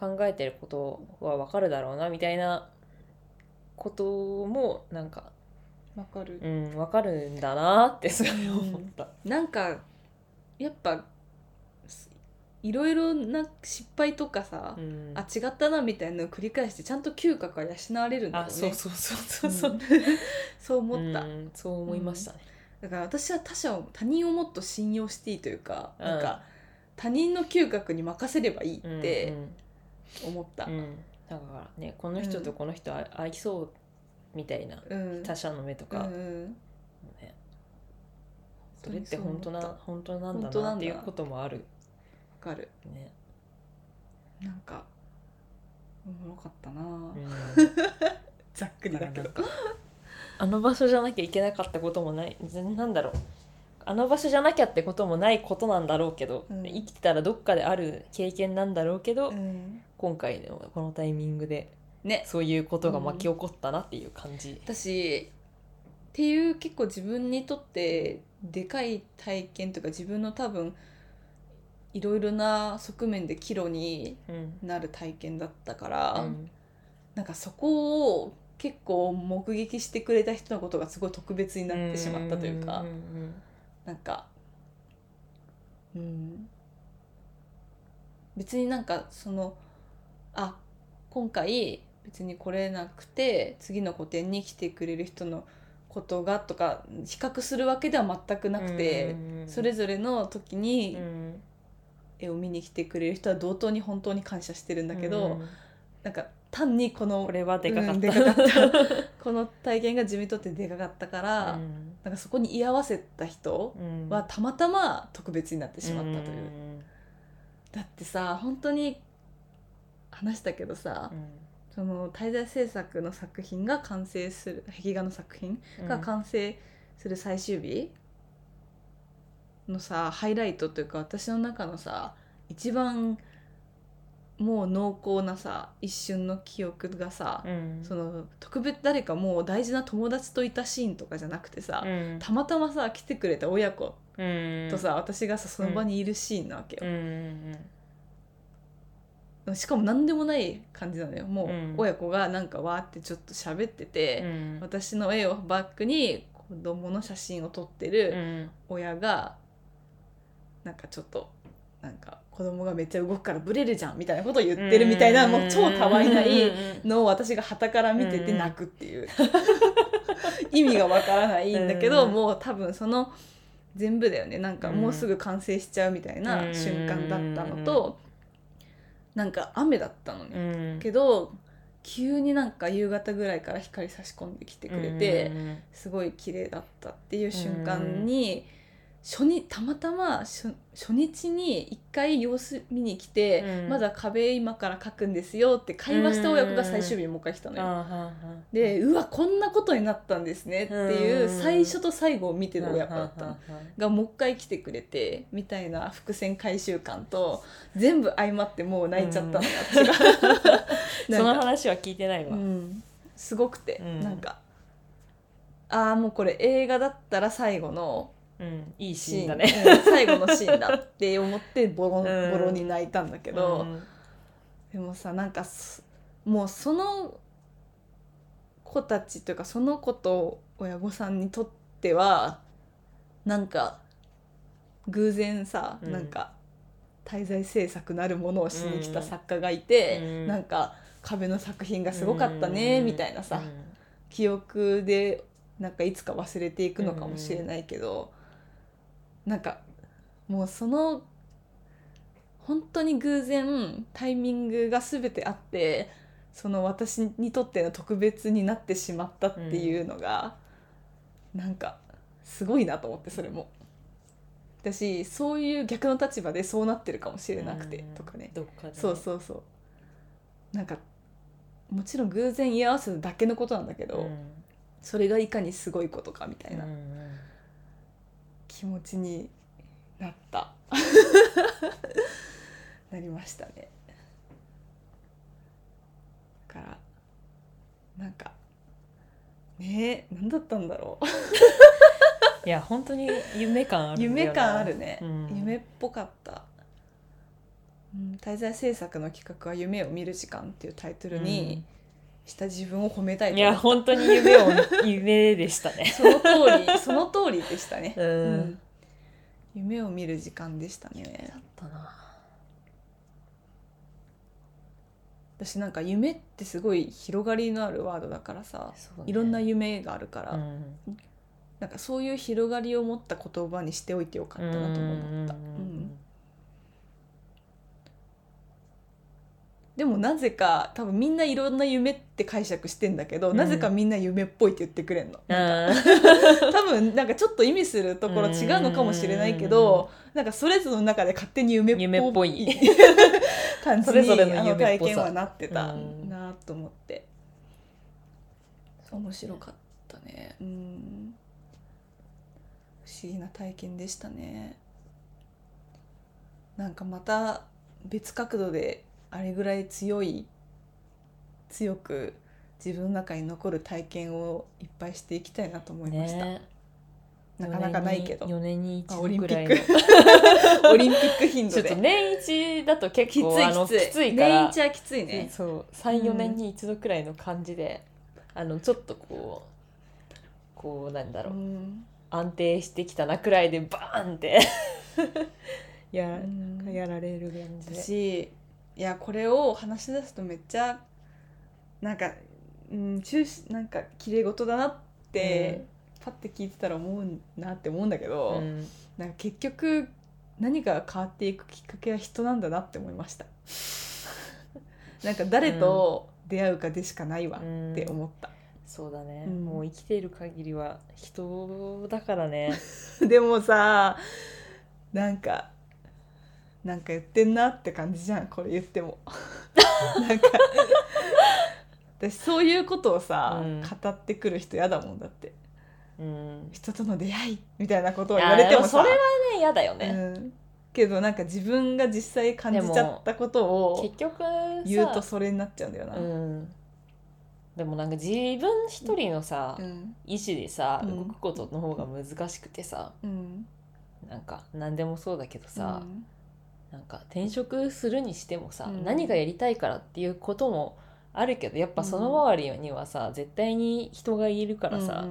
考えてることは分かるだろうなみたいなこともなんかわかる、 うん、分かるんだなってすごい思った、 うん、なんかやっぱいろいろな失敗とかさ、 うん、 あ違ったなみたいなのを繰り返してちゃんと嗅覚が養われるんだろうね。 あそうそうそうそうそう、 うん、そう思った、 うん、そう思いましたね、 だから私は他者を他人をもっと信用していいというか、 うん、 なんか他人の嗅覚に任せればいいって思った、 うんうんうん、だからねこの人とこの人合いそうみたいな、うん、他者の目とか、うんね、それって本当な本当なんだなっていうこともある。 わかる、 ね、 なんかおもろかったな、うん、ざっくりだけどあの場所じゃなきゃいけなかったこともないなんだろうあの場所じゃなきゃってこともないことなんだろうけど、うん、生きてたらどっかである経験なんだろうけど、うん、今回のこのタイミングで、ね、そういうことが巻き起こったなっていう感じ、 うん、私っていう結構自分にとってでかい体験というか自分の多分いろいろな側面で岐路になる体験だったから、うん、なんかそこを結構目撃してくれた人のことがすごい特別になってしまったというか、うんうんうん、なんか、うん、別になんかそのあ今回別に来れなくて次の個展に来てくれる人のことがとか比較するわけでは全くなくて、うんうん、それぞれの時に、うん絵を見に来てくれる人は同等に本当に感謝してるんだけど、うん、なんか単にこのこれはでかかった、うん、 でかかったこの体験が自分にとってでかかったから、うん、なんかそこに居合わせた人はたまたま特別になってしまったという、うん、だってさ本当に話したけどさ、うん、その滞在制作の作品が完成する壁画の作品が完成する最終日、のさハイライトというか私の中のさ一番もう濃厚なさ一瞬の記憶がさ、うん、その特別誰かもう大事な友達といたシーンとかじゃなくてさ、うん、たまたまさ来てくれた親子とさ、うん、私がさその場にいるシーンなわけよ、うんうん、しかも何でもない感じなのよ。もう親子がなんかわーってちょっと喋ってて、うん、私の絵をバックに子供の写真を撮ってる親がなんかちょっとなんか子供がめっちゃ動くからブレるじゃんみたいなことを言ってるみたいな、もう超たわいないのを私が傍から見てて泣くっていう意味がわからないんだけど、もう多分その全部だよね。なんかもうすぐ完成しちゃうみたいな瞬間だったのと、なんか雨だったのね、けど急になんか夕方ぐらいから光差し込んできてくれてすごい綺麗だったっていう瞬間に、初日たまたま 初, 初日に一回様子見に来て、うん、まだ壁今から描くんですよって会話した親子が最終日にもう一回来たのよ。でうわこんなことになったんですねっていう最初と最後を見てる親子だったのがもう一回来てくれてみたいな伏線回収感と全部相まってもう泣いちゃったのよ、私がその話は聞いてないわ、 うん、すごくて、うん、なんかああもうこれ映画だったら最後のうん、いいシーンだね、 うん、最後のシーンだって思ってボロ、うん、ボロに泣いたんだけど、うん、でもさなんかもうその子たちというかその子と親御さんにとってはなんか偶然さ、うん、なんか滞在制作なるものをしに来た作家がいて、うん、なんか壁の作品がすごかったねみたいなさ、うん、記憶でなんかいつか忘れていくのかもしれないけど、なんかもうその本当に偶然タイミングが全てあってその私にとっての特別になってしまったっていうのが、うん、なんかすごいなと思って。それも私そういう逆の立場でそうなってるかもしれなくて、うん、とかね、 どっかでね、 そうそうそう、なんかもちろん偶然居合わせるだけのことなんだけど、うん、それがいかにすごいことかみたいな気持ちになったなりましたね。だからなんかねえ何だったんだろういや本当に夢感あるんだよな。 夢感あるね、うん、夢っぽかった、うん、 、滞在制作の企画は夢を見る時間っていうタイトルにした自分を褒めたいとい思った。 や本当に夢を夢でしたねその通りその通りでしたね、 うん、 うん、夢を見る時間でしたね。 だったな。 私なんか夢ってすごい広がりのあるワードだからさ、 そうね、 いろんな夢があるから、 うん、 なんかそういう広がりを持った言葉にしておいてよかったなとも思った、 うんうんうんでもなぜか多分みんないろんな夢って解釈してんだけど、うん、なぜかみんな夢っぽいって言ってくれんの、なんか多分なんかちょっと意味するところ違うのかもしれないけど、なんかそれぞれの中で勝手に夢っぽい夢っぽい感じにそれぞれのあの夢っぽさ体験はなってたなと思って、面白かったね。うん、不思議な体験でしたね。なんかまた別角度であれぐらい強い強く自分の中に残る体験をいっぱいしていきたいなと思いました、ね、なかなかないけどよねんに一度オリンくらいピックオリンピック頻度でちょっと年一だと結構きついあのきついきついから年一はきついね。 そうさん、よねんに一度くらいの感じで、うん、あのちょっとこうこうなんだろう、うん、安定してきたなくらいでバーンってや, やられる感じで、 私いやこれを話し出すとめっちゃなんか、うん、中なんか綺麗事だなって、うん、パッて聞いてたら思うなって思うんだけど、うん、なんか結局何かが変わっていくきっかけは人なんだなって思いましたなんか誰と出会うかでしかないわって思った、うん、 そうだね、うん、もう生きている限りは人だからねでもさなんかなんか言ってんなって感じじゃんこれ言ってもなんか私そういうことをさ、うん、語ってくる人やだもんだって、うん、人との出会いみたいなことを言われてもさそれはねやだよね、 うん、けどなんか自分が実際感じちゃったことを結局言うとそれになっちゃうんだよな、 うん、でもなんか自分一人のさ、うん、意思でさ、うん、動くことの方が難しくてさ、うん、なんか何でもそうだけどさ、うん、なんか転職するにしてもさ、うん、何がやりたいからっていうこともあるけどやっぱその周りにはさ、うん、絶対に人がいるからさ、うん、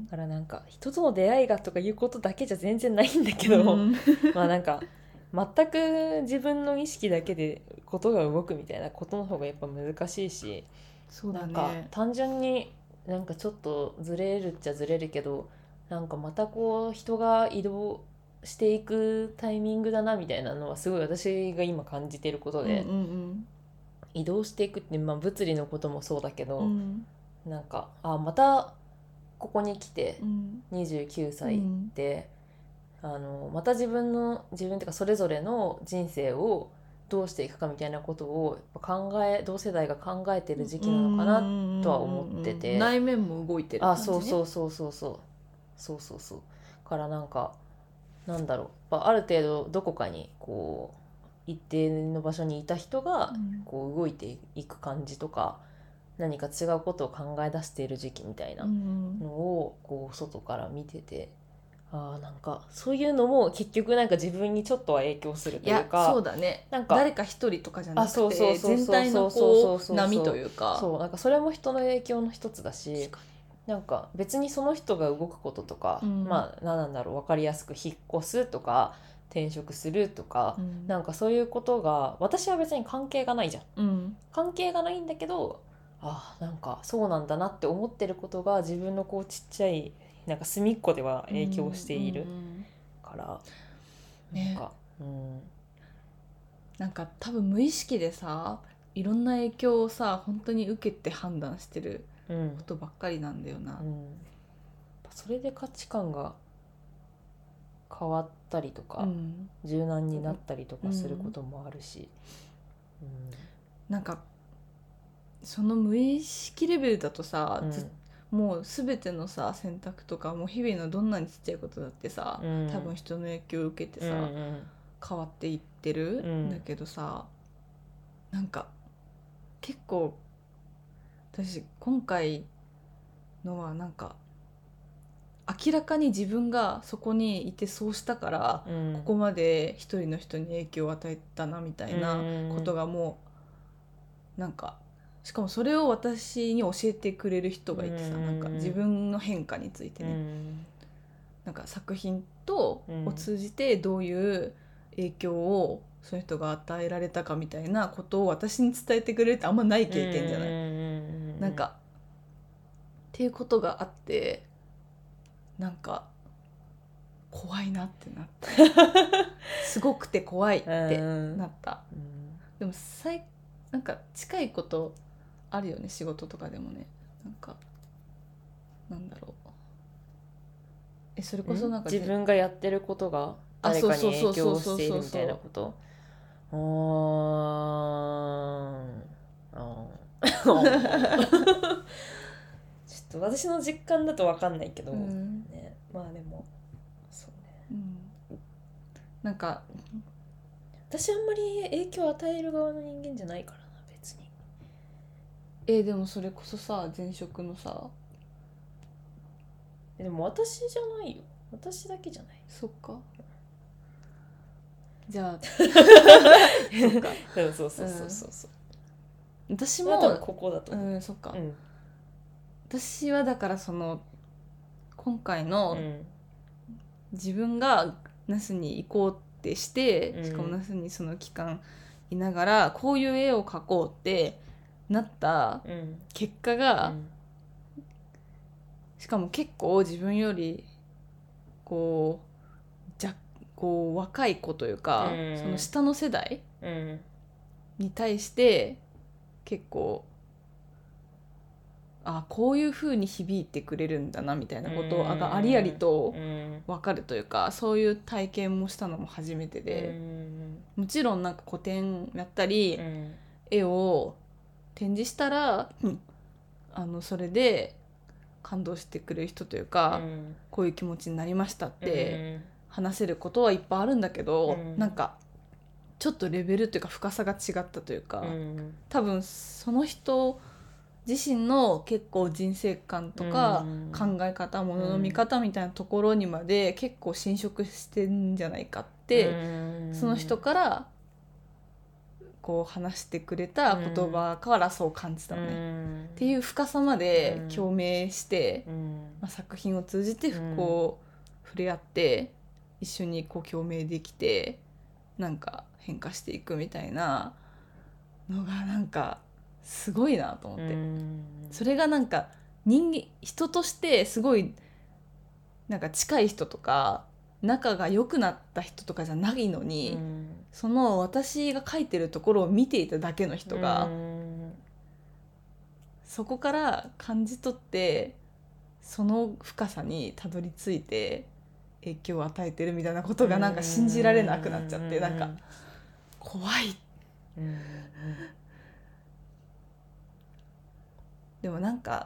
だからなんか人との出会いがとかいうことだけじゃ全然ないんだけど、うん、まあなんか全く自分の意識だけでことが動くみたいなことの方がやっぱ難しいし、 そうだね、 なんか単純になんかちょっとずれるっちゃずれるけどなんかまたこう人が移動していくタイミングだなみたいなのはすごい私が今感じてることで、うんうんうん、移動していくって、まあ、物理のこともそうだけど、うん、なんかあまたここに来てにじゅうきゅうさいで、うん、あのまた自分の自分っていうかそれぞれの人生をどうしていくかみたいなことを考え同世代が考えてる時期なのかなとは思ってて、 内面も動いてる感じ、ね、 あそうそうそうそうそうそうそうそうからなんかなんだろうある程度どこかにこう一定の場所にいた人がこう動いていく感じとか、うん、何か違うことを考え出している時期みたいなのをこう外から見てて、あなんかそういうのも結局なんか自分にちょっとは影響するというか、 いやそうだね、なんか誰か一人とかじゃなくて全体のこう波というか、 そうなんかそれも人の影響の一つだし、なんか別にその人が動くこととか、うん、まあ何なんだろう分かりやすく引っ越すとか転職するとか、うん、なんかそういうことが私は別に関係がないじゃん、うん、関係がないんだけどあなんかそうなんだなって思ってることが自分のこうちっちゃいなんか隅っこでは影響しているから、うんうんうん、なんか、ね、うん、 なんか多分無意識でさいろんな影響をさ本当に受けて判断してることばっかりなんだよな、うんうん、 それで価値観が変わったりとか、うん、柔軟になったりとかすることもあるし、 うんうん、なんかその無意識レベルだとさ、うん、もう全てのさ選択とかもう日々のどんなにちっちゃいことだってさ、うん、多分人の影響を受けてさ、うんうん、変わっていってるんだけどさ、うん、なんか結構私今回のはなんか明らかに自分がそこにいてそうしたから、 うん、 ここまで一人の人に影響を与えたなみたいなことがもうなんか、しかもそれを私に教えてくれる人がいてさ、 うん、 なんか自分の変化についてね、 うん、 なんか作品とうんを通じてどういう影響をその人が与えられたかみたいなことを私に伝えてくれるってあんまない経験じゃない、 うん、 なんかっていうことがあって、なんか怖いなってなったすごくて怖いってなった、 うん、 でも最なんか近いことあるよね、仕事とかでもね、なんかなんだろう、えそれこそなんか自分がやってることがあ誰かに影響そうそうそうそうしているみたいなこと。あーあーちょっと私の実感だと分かんないけど、 うんね、まあでもそうね、 うん、なんか私あんまり影響を与える側の人間じゃないからな別に。 えでもそれこそさ前職のさ、 でも私じゃないよ、私だけじゃない。 そっか、じゃあそっかそうそうそうそうそうそう、 私まあ多分もここだとう思う。 んそっか、 うん私はだからその今回うのん自分が那須に行こうってして、 うんしかも那須にその期間いながらこういう絵を描こうってなったうん結果うが、 んしかも結構自分よりこうじゃこう若い子というか、 うんその下の世代うんに対して結構あこういう風に響いてくれるんだなみたいなことがありありとうん分かるというか、そういう体験もしたのも初めてで、もちろんなんか個展やったり、 うん絵を展示したら、うん、あのそれで感動してくれる人というか、 うんこういう気持ちになりましたっうてん話せることはいっぱいあるんだけど、 うんなんかちょっとレベルというか深さが違ったというか、 うん多分その人自身の結構人生観とか考え方、ものの見方みたいなところにまで結構侵食してんじゃないかって、 うんその人からこう話してくれた言葉からそう感じたのね、 うん、 っていう深さまで共鳴して、 うんまあ、作品を通じてうんこう触れ合って一緒にこう共鳴できてなんか変化していくみたいなのがなんかすごいなと思って、 うん、 それがなんか人間人としてすごいなんか近い人とか仲が良くなった人とかじゃないのに、 うん、 その私が描いてるところを見ていただけの人が、 うん、 そこから感じ取ってその深さにたどり着いて影響を与えてるみたいなことがなんか信じられなくなっちゃって、 うん、 なんか怖い、 うん、 でもなんか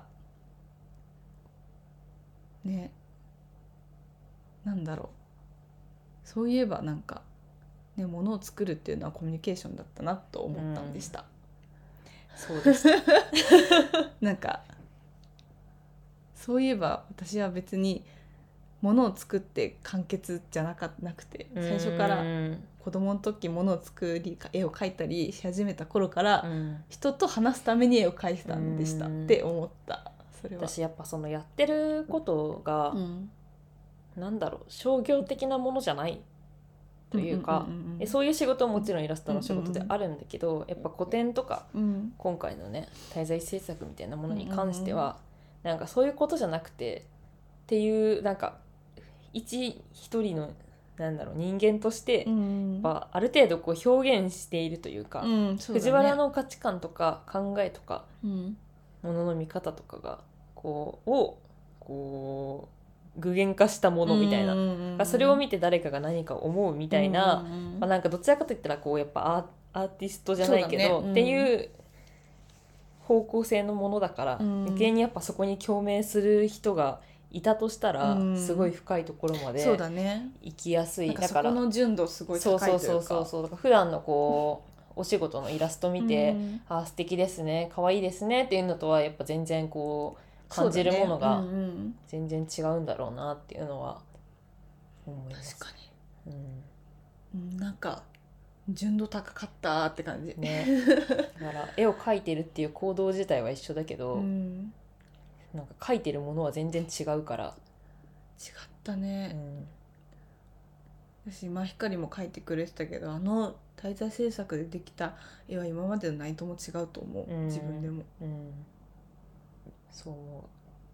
ね、なんだろう、そういえばなんかね、物を作るっていうのはコミュニケーションだったなと思ったんでした、 そうでしたなんかそういえば私は別に物を作って完結じゃなかなくて、最初から子供の時物を作り絵を描いたりし始めた頃から、うん、人と話すために絵を描いてたんでしたって思った。それは私やっぱそのやってることが、うん、なんだろう、商業的なものじゃないというか、そういう仕事ももちろんイラストの仕事であるんだけど、うんうんうん、やっぱ個展とか、うん、今回のね滞在制作みたいなものに関しては、うんうんうん、なんかそういうことじゃなくてっていう、なんか一一人のなんだろう人間として、うん、やっぱある程度こう表現しているというか、うん、そうだね、藤原の価値観とか考えとか、うん、ものの見方とかがこうをこう具現化したものみたいな、うんうんうん、それを見て誰かが何か思うみたいな、うんうんうん、まあ、なんかどちらかといったらこうやっぱアー、アーティストじゃないけど、ね、うん、っていう方向性のものだから、うん、余計にやっぱそこに共鳴する人がいたとしたら、うん、すごい深いところまで行きやすい、 そうだね、だからそこの純度すごい高いというか、 そうそうそうそう、だから普段のこうお仕事のイラスト見て、うん、あ素敵ですね、可愛いですねっていうのとはやっぱ全然こ感じるものがそうだねうんうん全然違うんだろうなっていうのは思います。 確かうんに、うん、なんか純度高かったって感じ、 ね、だから絵を描いてるっていう行動自体は一緒だけど、 うんなんか描いてるものは全然違うから、 違ったうね、 ん、 私今光も描いてくれてたけどあの滞在制作でできた絵は今までの何とも違うと思う、 うん、 自分でも、 うん、そう思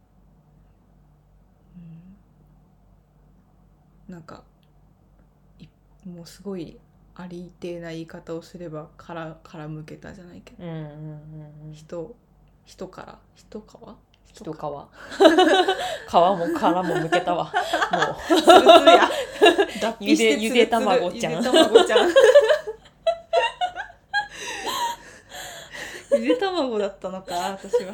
うん、なんかいもうすごいありてえな言い方をすればからから向けたじゃないけど、 う。うんうんうんうん。 人人から人から人皮皮も殻も向けたわもうつるつるや脱皮してゆでゆで卵ちゃんゆで卵ちゃんゆで卵だったのか私は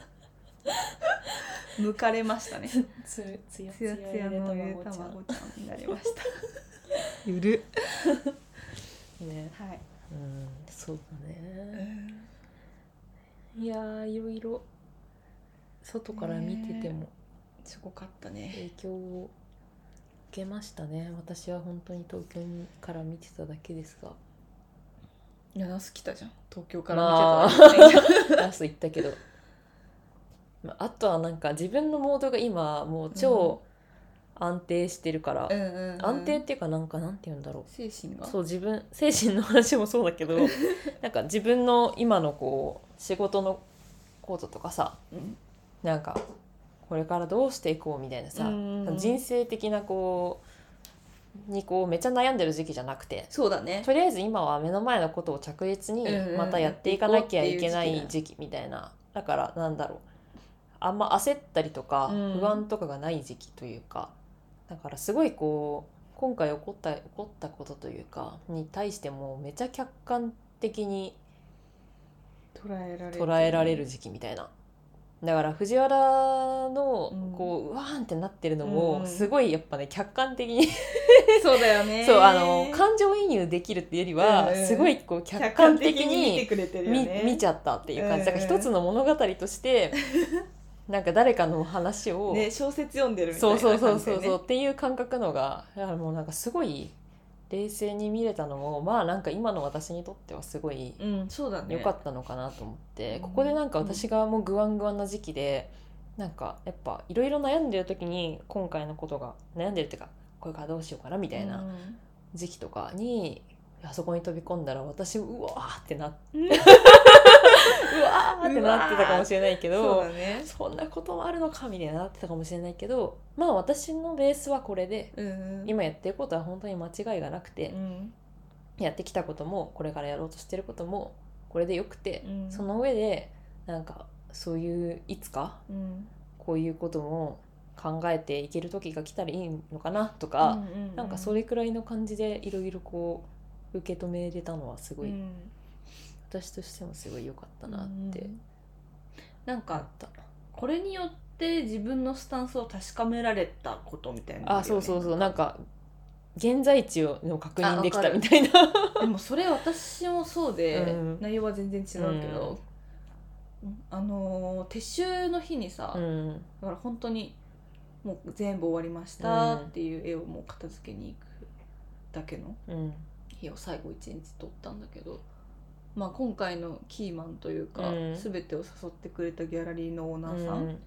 剥かれましたねつるつやつやつやのゆで卵ちゃん卵ちゃんになりましたゆるね、 はい、 うんそうだうね、 ん、 いやーいろいろ外から見ててもすごかったね影響を受けましたね。私は本当に東京から見てただけですが、 いやナス来たじゃん東京から見てただけ、 まあ、ラス行ったけどまああとはなんか自分のモードが今もう超安定してるから、 うんうんうん、 安定っていうかなんかなんて言うんだろう、 精神がそう自分精神の話もそうだけどなんか自分の今のこう仕事のこととかさ、 うんなんかこれからどうしていこうみたいなさ、 うんうん、 人生的なこうにこうめっちゃ悩んでる時期じゃなくて、 そうだねとりあえず今は目の前のことを着実にまたやっていかなきゃいけない時期みたいな、だからなんだろう、あんま焦ったりとかうん不安とかがない時期というか、だからすごいこう今回起こった起こったことというかに対してもめちゃ客観的に捉えられる捉えられる時期みたいな。だから藤原のこう、うわーんってなってるのうんうもんすごいやっぱね客観的にそうだよねそうあの感情移入できるっていうよりは、 うんうんすごいこう客客観観的的にに見てくれてるよ見ね見ちゃったっていう感じ、だからうんうん一つの物語としてなんか誰かの話を、 ね小説読んでるみたいそうなそうそうそう感じでねそうっていう感覚のが、だからもうなんかすごい冷静に見れたのもまあなんか今の私にとってはすごいうんそうだね良かったのかなと思って、 うんここでなんか私がもうグワングワンな時期で、なんかやっぱいろいろ悩んでる時に今回のことが悩んでるっていうかこれからどうしようかなみたいな時期とかに、あそこに飛び込んだら私うわーってなってうんうわーってなってたかもしれないけそうど、 だねそんなこともあるのかみたいになってたかもしれないけど、まあ私のベースはこれで、 うんうん今やってることは本当に間違いがなくて、 うんやってきたこともこれからやろうとしてることもこれでよくて、 うんその上でなんかそういういつかうんこういうことも考えていける時が来たらいいのかなとか、 うんうんうんなんかそれくらいの感じでいろいろこう受け止めれたのはすごい、 うん私としてもすごい良かったなってうんなん思かった。 これによって自分のスタンスを確かめられたことみたいなのあ、 るよねそうそうそう、なんか現在地をの確認できあわかるたみたいなでもそれ私もそうで、 うん内容は全然違うけど、あのー撤収の日にさ、 うんだから本当にもう全部終わりましたっていう絵をもう片付けに行くだけのうん日を最後一日撮ったんだけど、まあ、今回のキーマンというか、 うん全てを誘ってくれたギャラリーのオーナーさうんん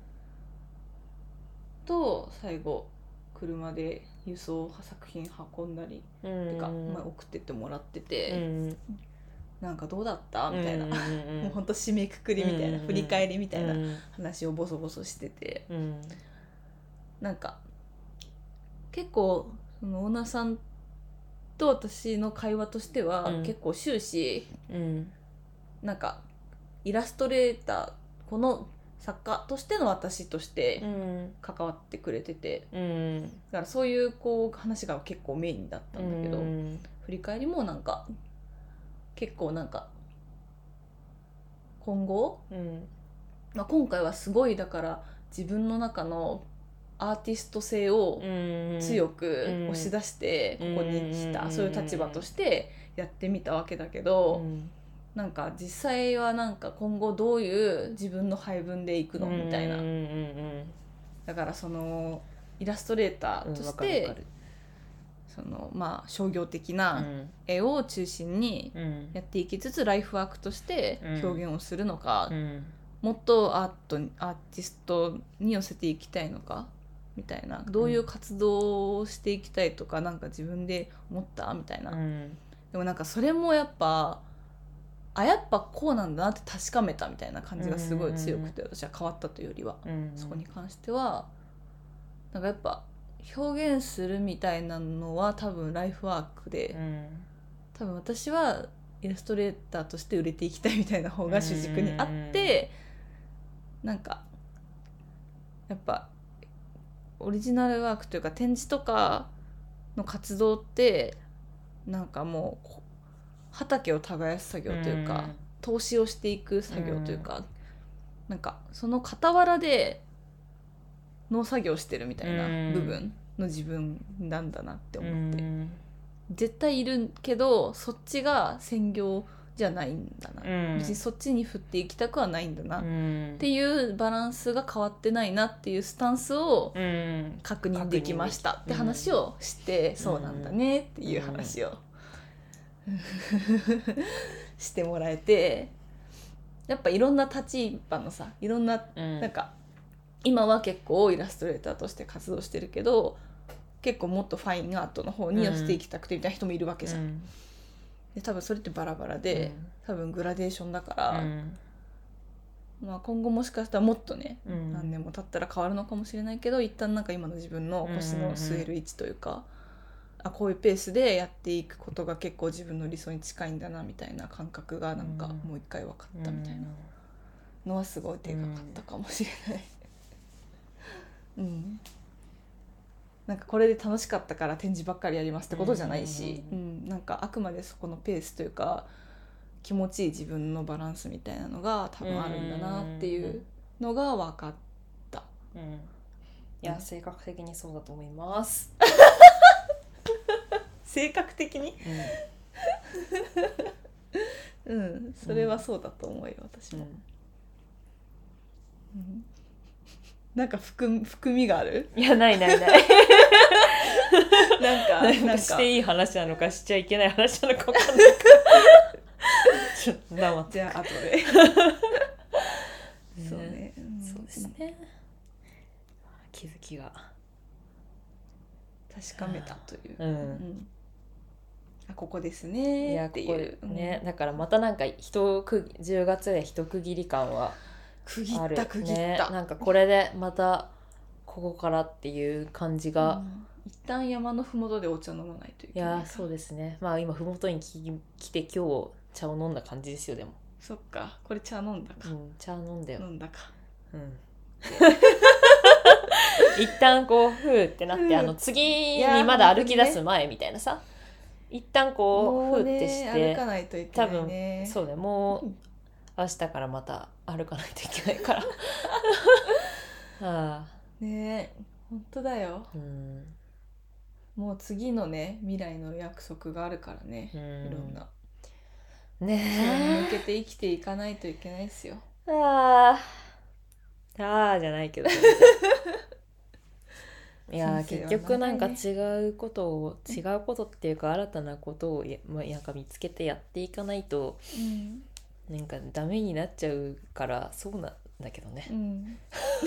と最後車で輸送作品運んだり、 うんてか、まあ、送ってってもらってうて、 んなんかどうだったみたいな、 うんうんうんもうほんと締めくくりみたいな、 うん振り返りみたいなうん話をボソボソしてて、 うんなんか結構そのオーナーさんと私の会話としては、 うん結構終始うんなんかイラストレーターこの作家としての私としてうん関わってくれてて、 うんだからそういうこう話が結構メインだったんだけど、 うん振り返りもなんか結構なんか今後、 うんまあ、今回はすごいだから自分の中のアーティスト性を強く押し出してここに来た、 うんそういう立場としてやってみたわけだけど、 うんなんか実際はなんか今後どういう自分の配分でいくのみたいな、 うんうんうん、 だからそのイラストレーターとして、うん、そのまあ商業的な絵を中心にやっていきつつ、うん、ライフワークとして表現をするのか、うん、もっとアートアーティストに寄せていきたいのかみたいな、どういう活動をしていきたいとか、なんか自分で思ったみたいな、うん、でもなんかそれもやっぱあやっぱこうなんだなって確かめたみたいな感じがすごい強くて、うん、私は変わったというよりは、うん、そこに関してはなんかやっぱ表現するみたいなのは多分ライフワークで、うん、多分私はイラストレーターとして売れていきたいみたいな方が主軸にあって、うん、なんかやっぱオリジナルワークというか展示とかの活動ってなんかもう畑を耕す作業というか、うん、投資をしていく作業というか、うん、なんかその傍らで農作業してるみたいな部分の自分なんだなって思って、うん、絶対いるけどそっちが専業じゃないんだな、うん、別にそっちに振っていきたくはないんだな、うん、っていうバランスが変わってないなっていうスタンスを確認できましたって話をして、うん、そうなんだねっていう話を、うん、してもらえて、やっぱいろんな立場のさ、いろんな、うん、なんか今は結構イラストレーターとして活動してるけど結構もっとファインアートの方に寄せていきたくてみたいな人もいるわけじゃん、うん、で多分それってバラバラで、うん、多分グラデーションだから、うんまあ、今後もしかしたらもっとね、うん、何年も経ったら変わるのかもしれないけど、一旦なんか今の自分の腰の据える位置というか、うんうん、あこういうペースでやっていくことが結構自分の理想に近いんだなみたいな感覚がなんかもう一回分かったみたいなのはすごい手がかかったかもしれない、うん、うん、なんかこれで楽しかったから展示ばっかりやりますってことじゃないし、うんうんうん、なんかあくまでそこのペースというか気持ちいい自分のバランスみたいなのが多分あるんだなっていうのが分かった、 うん、いや、うん、性格的にそうだと思います性格的にうん、うん、それはそうだと思うよ私も、うんうん、なんか含含みがある？ いやないないないなんかなんかしていい話なのかしちゃいけない話なのか分かんないからちょっと黙ってじゃあ後でそうね、 うん、そうですね、気づきが確かめたという、うんうん、あここですねっていう、いやここね、うん、だからまたなんか一区じゅうがつで一区切り感は区切った区切った、ね、 なんかこれでまたここからっていう感じが、うん、 一旦山のふもとでお茶飲まないといけない。 いやそうですね、まあ今ふもとに来て今日茶を飲んだ感じですよ。でもそっか、これ茶飲んだか、 うん、茶飲んだよ。 飲んだか、 うん一旦こうふーってなって、うん、あの次にまだ歩き出す前みたいなさ、一旦こうふーってして、 歩かないといけないね。 多分そうね、もう明日からまた歩かないといけないからはあねえ本当だよ、うん、もう次のね未来の約束があるからね、うん、いろんなねえそれに向けて生きていかないといけないですよ。 ああああじゃないけどいや、ね、結局なんか違うことを違うことっていうか新たなことをや、まあ、なんか見つけてやっていかないと、うん、なんかダメになっちゃうからそうなんだけどね、うん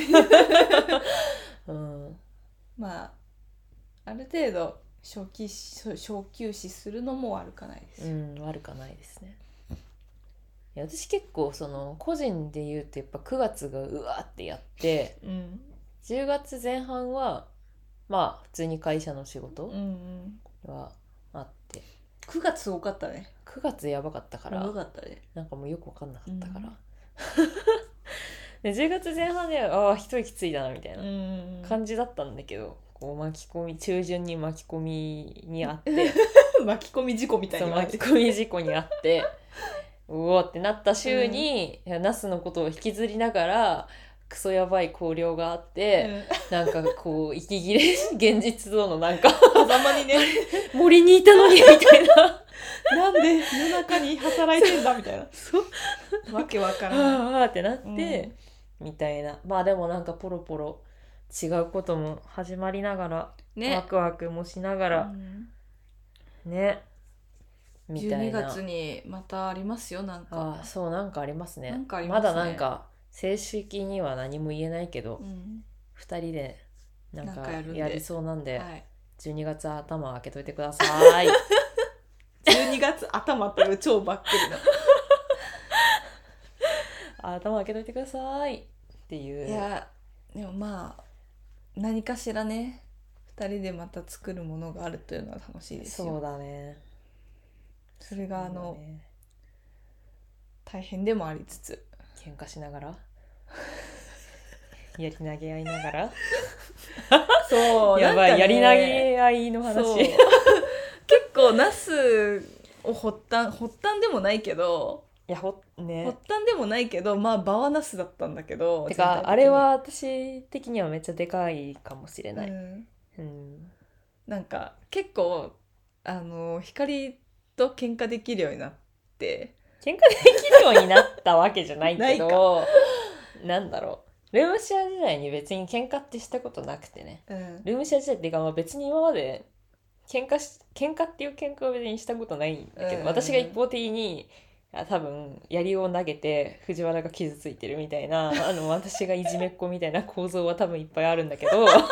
うん、まあある程度小休小休止するのも悪かないですよ、 うん、悪かないですね。いや私結構その個人で言うとやっぱくがつがうわってやって、うん、じゅうがつぜん半はまあ普通に会社の仕事はあって、 うんうん、くがつ多かったね。 くがつやばかったからやばかったね。 なんかもうよく分かんなかったから、うん、でじゅうがつぜん半でああ一息ついたなみたいな感じだったんだけど、こう巻き込み中旬に巻き込みにあって巻き込み事故みたいに巻き込み事故にあってうおーってなった週に、うん、ナスのことを引きずりながらクソやばい考慮があって、うん、なんかこう息切れ現実とのなんか狭間にね森にいたのにみたいななんで夜中に働いてんだみたいなそうわけわからないああってなって、うん、みたいな。まあでもなんかポロポロ違うことも始まりながら、ね、ワクワクもしながら、うん、ねみたいな。 じゅうにがつにまたありますよなんか。 あそうなんかありますね。 なんかありますね。 まだなんか正式には何も言えないけど、うん、ふたりでなんかやりそうなんで、はい、じゅうにがつ頭開けといてください。 じゅうにがつ頭っていう超ばっくりな頭開けといてくださいっていう。 いやでもまあ何かしらねふたりでまた作るものがあるというのは楽しいですよ。 そうだね。 それがあの、ね、大変でもありつつ喧嘩しながらやり投げ合いながらそうやばい、ね、やり投げ合いの話結構ナスを発端発端でもないけどいやほ、ね、 発端でもないけどまあ場はナスだったんだけどてかあれは私的にはめっちゃでかいかもしれない、うんうん、なんか結構あの光と喧嘩できるようになって喧嘩できるようになったわけじゃないけどなんだろうルームシェア時代に別に喧嘩ってしたことなくてね、うん、ルームシェア時代っていうか、まあ、別に今まで喧嘩し喧嘩っていう喧嘩を別にしたことないんだけど、うん、私が一方的に多分槍を投げて藤原が傷ついてるみたいなあの私がいじめっ子みたいな構造は多分いっぱいあるんだけどなん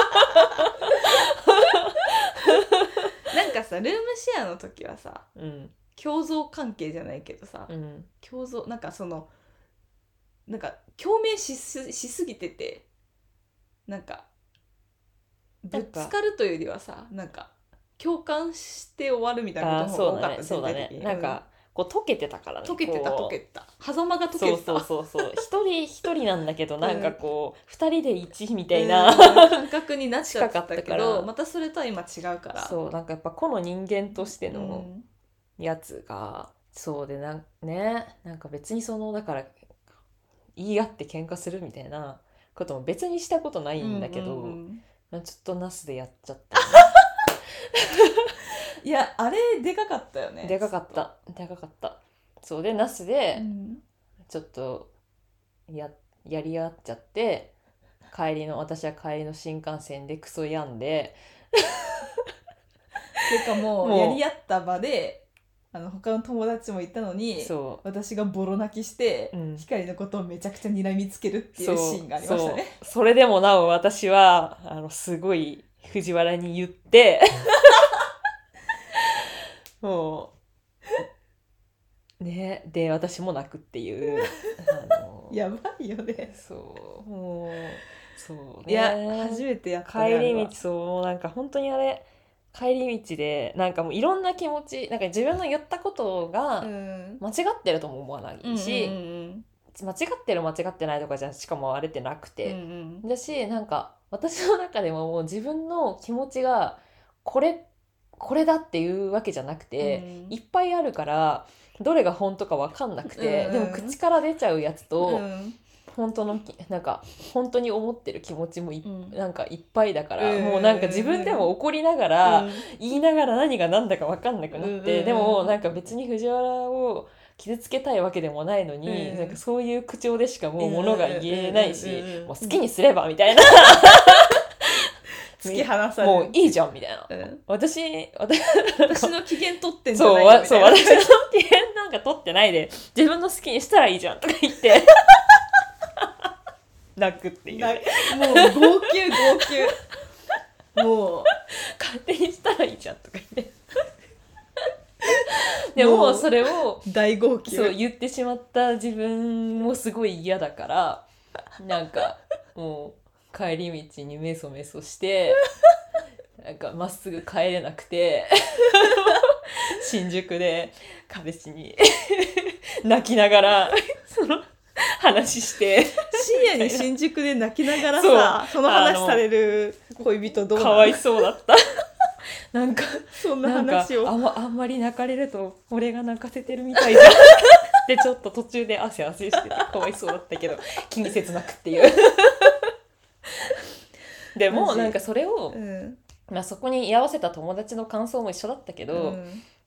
かさルームシェアの時はさ、うん、共存関係じゃないけどさ、うん、共存なんかそのなんか共鳴し す, しすぎててなんかぶつかるというよりはさなんか共感して終わるみたいなことも多かった。 そうだね、そうだね。なんかこう溶けてたからね。 溶けてた溶けてた。狭間が溶けてた。 そうそうそうそう。一人一人なんだけどなんかこう二、うん、人で一みたいな、うん、 感覚になっちゃったけど、またそれとは今違うから。 そうなんかやっぱこの人間としてのやつが、うん、そうでなんねなんか別にそのだから言い合って喧嘩するみたいなことも別にしたことないんだけど、うんうんうん、ちょっとナスでやっちゃった、ね。 いやあれでかかったよね。 でかかったでかかったそうでナスでちょっと や, やり合っちゃって帰りの私は帰りの新幹線でクソ病んでてかもうやり合った場であの他の友達もいたのに私がボロ泣きして、うん、光のことをめちゃくちゃ睨みつけるっていうシーンがありましたね。 そ, そ, それでもなお私はあのすごい藤原に言ってもうねで私も泣くっていうあのやばいよね。 そうもうそうね。 いや初めてやったね。帰り道そうなんか本当にあれ帰り道でなんかもういろんな気持ちなんか自分の言ったことが間違ってるとも思わないし、うんうんうん、間違ってる間違ってないとかじゃしかもあれってなくて、うんうん、だしなんか私の中でももう自分の気持ちがこれこれだっていうわけじゃなくて、うん、いっぱいあるからどれが本当か分かんなくて、うん、でも口から出ちゃうやつと、うん、本当のなんか本当に思ってる気持ちもい、うん、なんかいっぱいだから、うん、もうなんか自分でも怒りながら、うん、言いながら何が何だか分かんなくなって、うん、でもなんか別に藤原を傷つけたいわけでもないのに、うん、なんかそういう口調でしかもう物が言えないし、うん、もう好きにすればみたいな突き放されるもういいじゃんみたいな、うん、私, 私, 私の機嫌取ってんじゃないよみたいな。 そう、私の機嫌なんか取ってないで自分の好きにしたらいいじゃんとか言って泣くっていう、ね、 もう号泣号泣もう勝手にしたらいいじゃんとか言ってでもそれを大号泣そう言ってしまった自分もすごい嫌だからなんかもう帰り道にメソメソしてなんかまっすぐ帰れなくて新宿で彼氏に泣きながらその話して深夜に新宿で泣きながらさ そ, その話される恋人どうなの？ かわいそうだったなんかそんな話をなんか あ, あんまり泣かれると俺が泣かせてるみたいじゃんでちょっと途中で汗汗しててかわいそうだったけど気にせず泣くっていうでもなんかそれを、うんまあ、そこに居合わせた友達の感想も一緒だったけど、うん、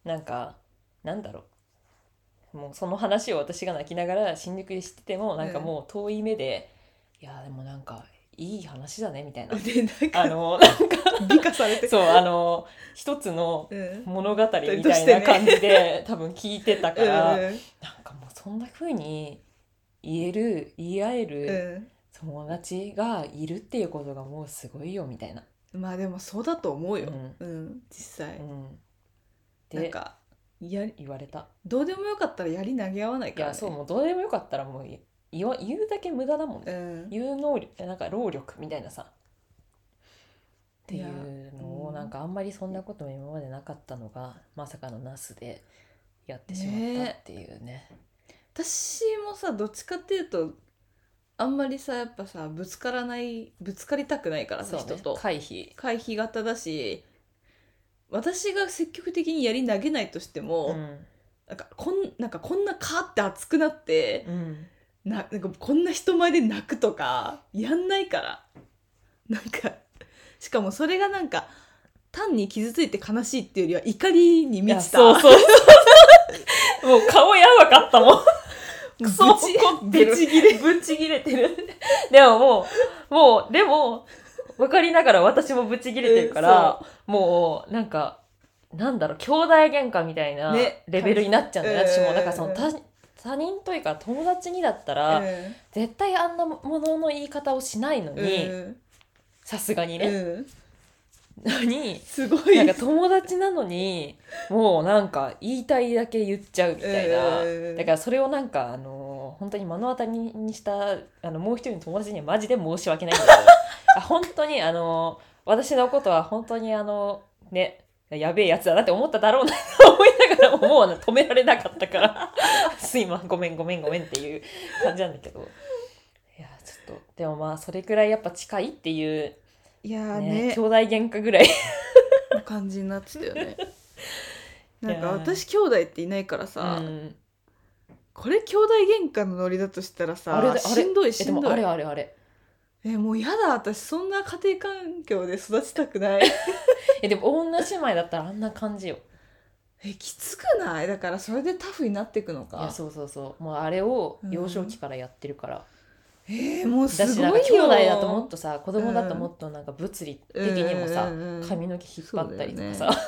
なんかなんだろう、もうその話を私が泣きながら新宿で知っててもなんかもう遠い目で、うん、いやでもなんかいい話だねみたいな、 でなんかあのなんか美化されてそうあの一つの物語みたいな感じで、ね、多分聞いてたから、うん、なんかもうそんな風に言える言い合える友達がいるっていうことがもうすごいよみたいな。 まあでもそうだと思うよ、 うん、 うん、実際、うん、 でなんかや言われた。 どうでもよかったら槍投げ合わないからね。 いやそうもうどうでもよかったらもう言う言うだけ無駄だもんね、うん、言う能力なんか労力みたいなさっていうのをなんかあんまりそんなことも今までなかったのがまさかのナスでやってしまったっていうね。ね私もさどっちかっていうとあんまりさやっぱさぶつからないぶつかりたくないからさ、ね、人と回避回避型だし、私が積極的に槍投げないとしても、うん、なんかこんなんかこんなカーって熱くなって、うん、ななんかこんな人前で泣くとかやんないから、なんかしかもそれがなんか単に傷ついて悲しいっていうよりは怒りに満ちた。そうそうもう顔やばかったもんクソ怒ってる、 ぶち切れぶち切れてるでももうもうでも分かりながら私もぶち切れてるから、うん、もうなんかなんだろう兄弟喧嘩みたいなレベルになっちゃうんだよ、ね、私もなんかその他他人というか友達にだったら、うん、絶対あんなものの言い方をしないのに、さすがにね、うん何すごいなんか友達なのにもうなんか言いたいだけ言っちゃうみたいな、えー、だからそれをなんかあの本当に目の当たりにしたあのもう一人の友達にはマジで申し訳ないんだけど本当にあの私のことは本当にあのねやべえやつだなって思っただろうなと思いながらももう止められなかったからすいませんごめんごめんごめんっていう感じなんだけど、いやちょっとでもまあそれくらいやっぱ近いっていういやね、 ね、兄弟喧嘩ぐらいの感じになってたよねなんか私兄弟っていないからさ、うん、これ兄弟喧嘩のノリだとしたらさあれあれしんどいしんどい。 えでもあれあれあれえもうやだ私そんな家庭環境で育ちたくないえでも女姉妹だったらあんな感じよ。 えきつくない？だからそれでタフになっていくのか。 いやそうそうそうもうあれを幼少期からやってるから、 うん、えー、もうすごいよ。 だしなんか兄弟だともっとさ子供だともっとなんか物理的にもさ、うん、髪の毛引っ張ったりとかさ、ね、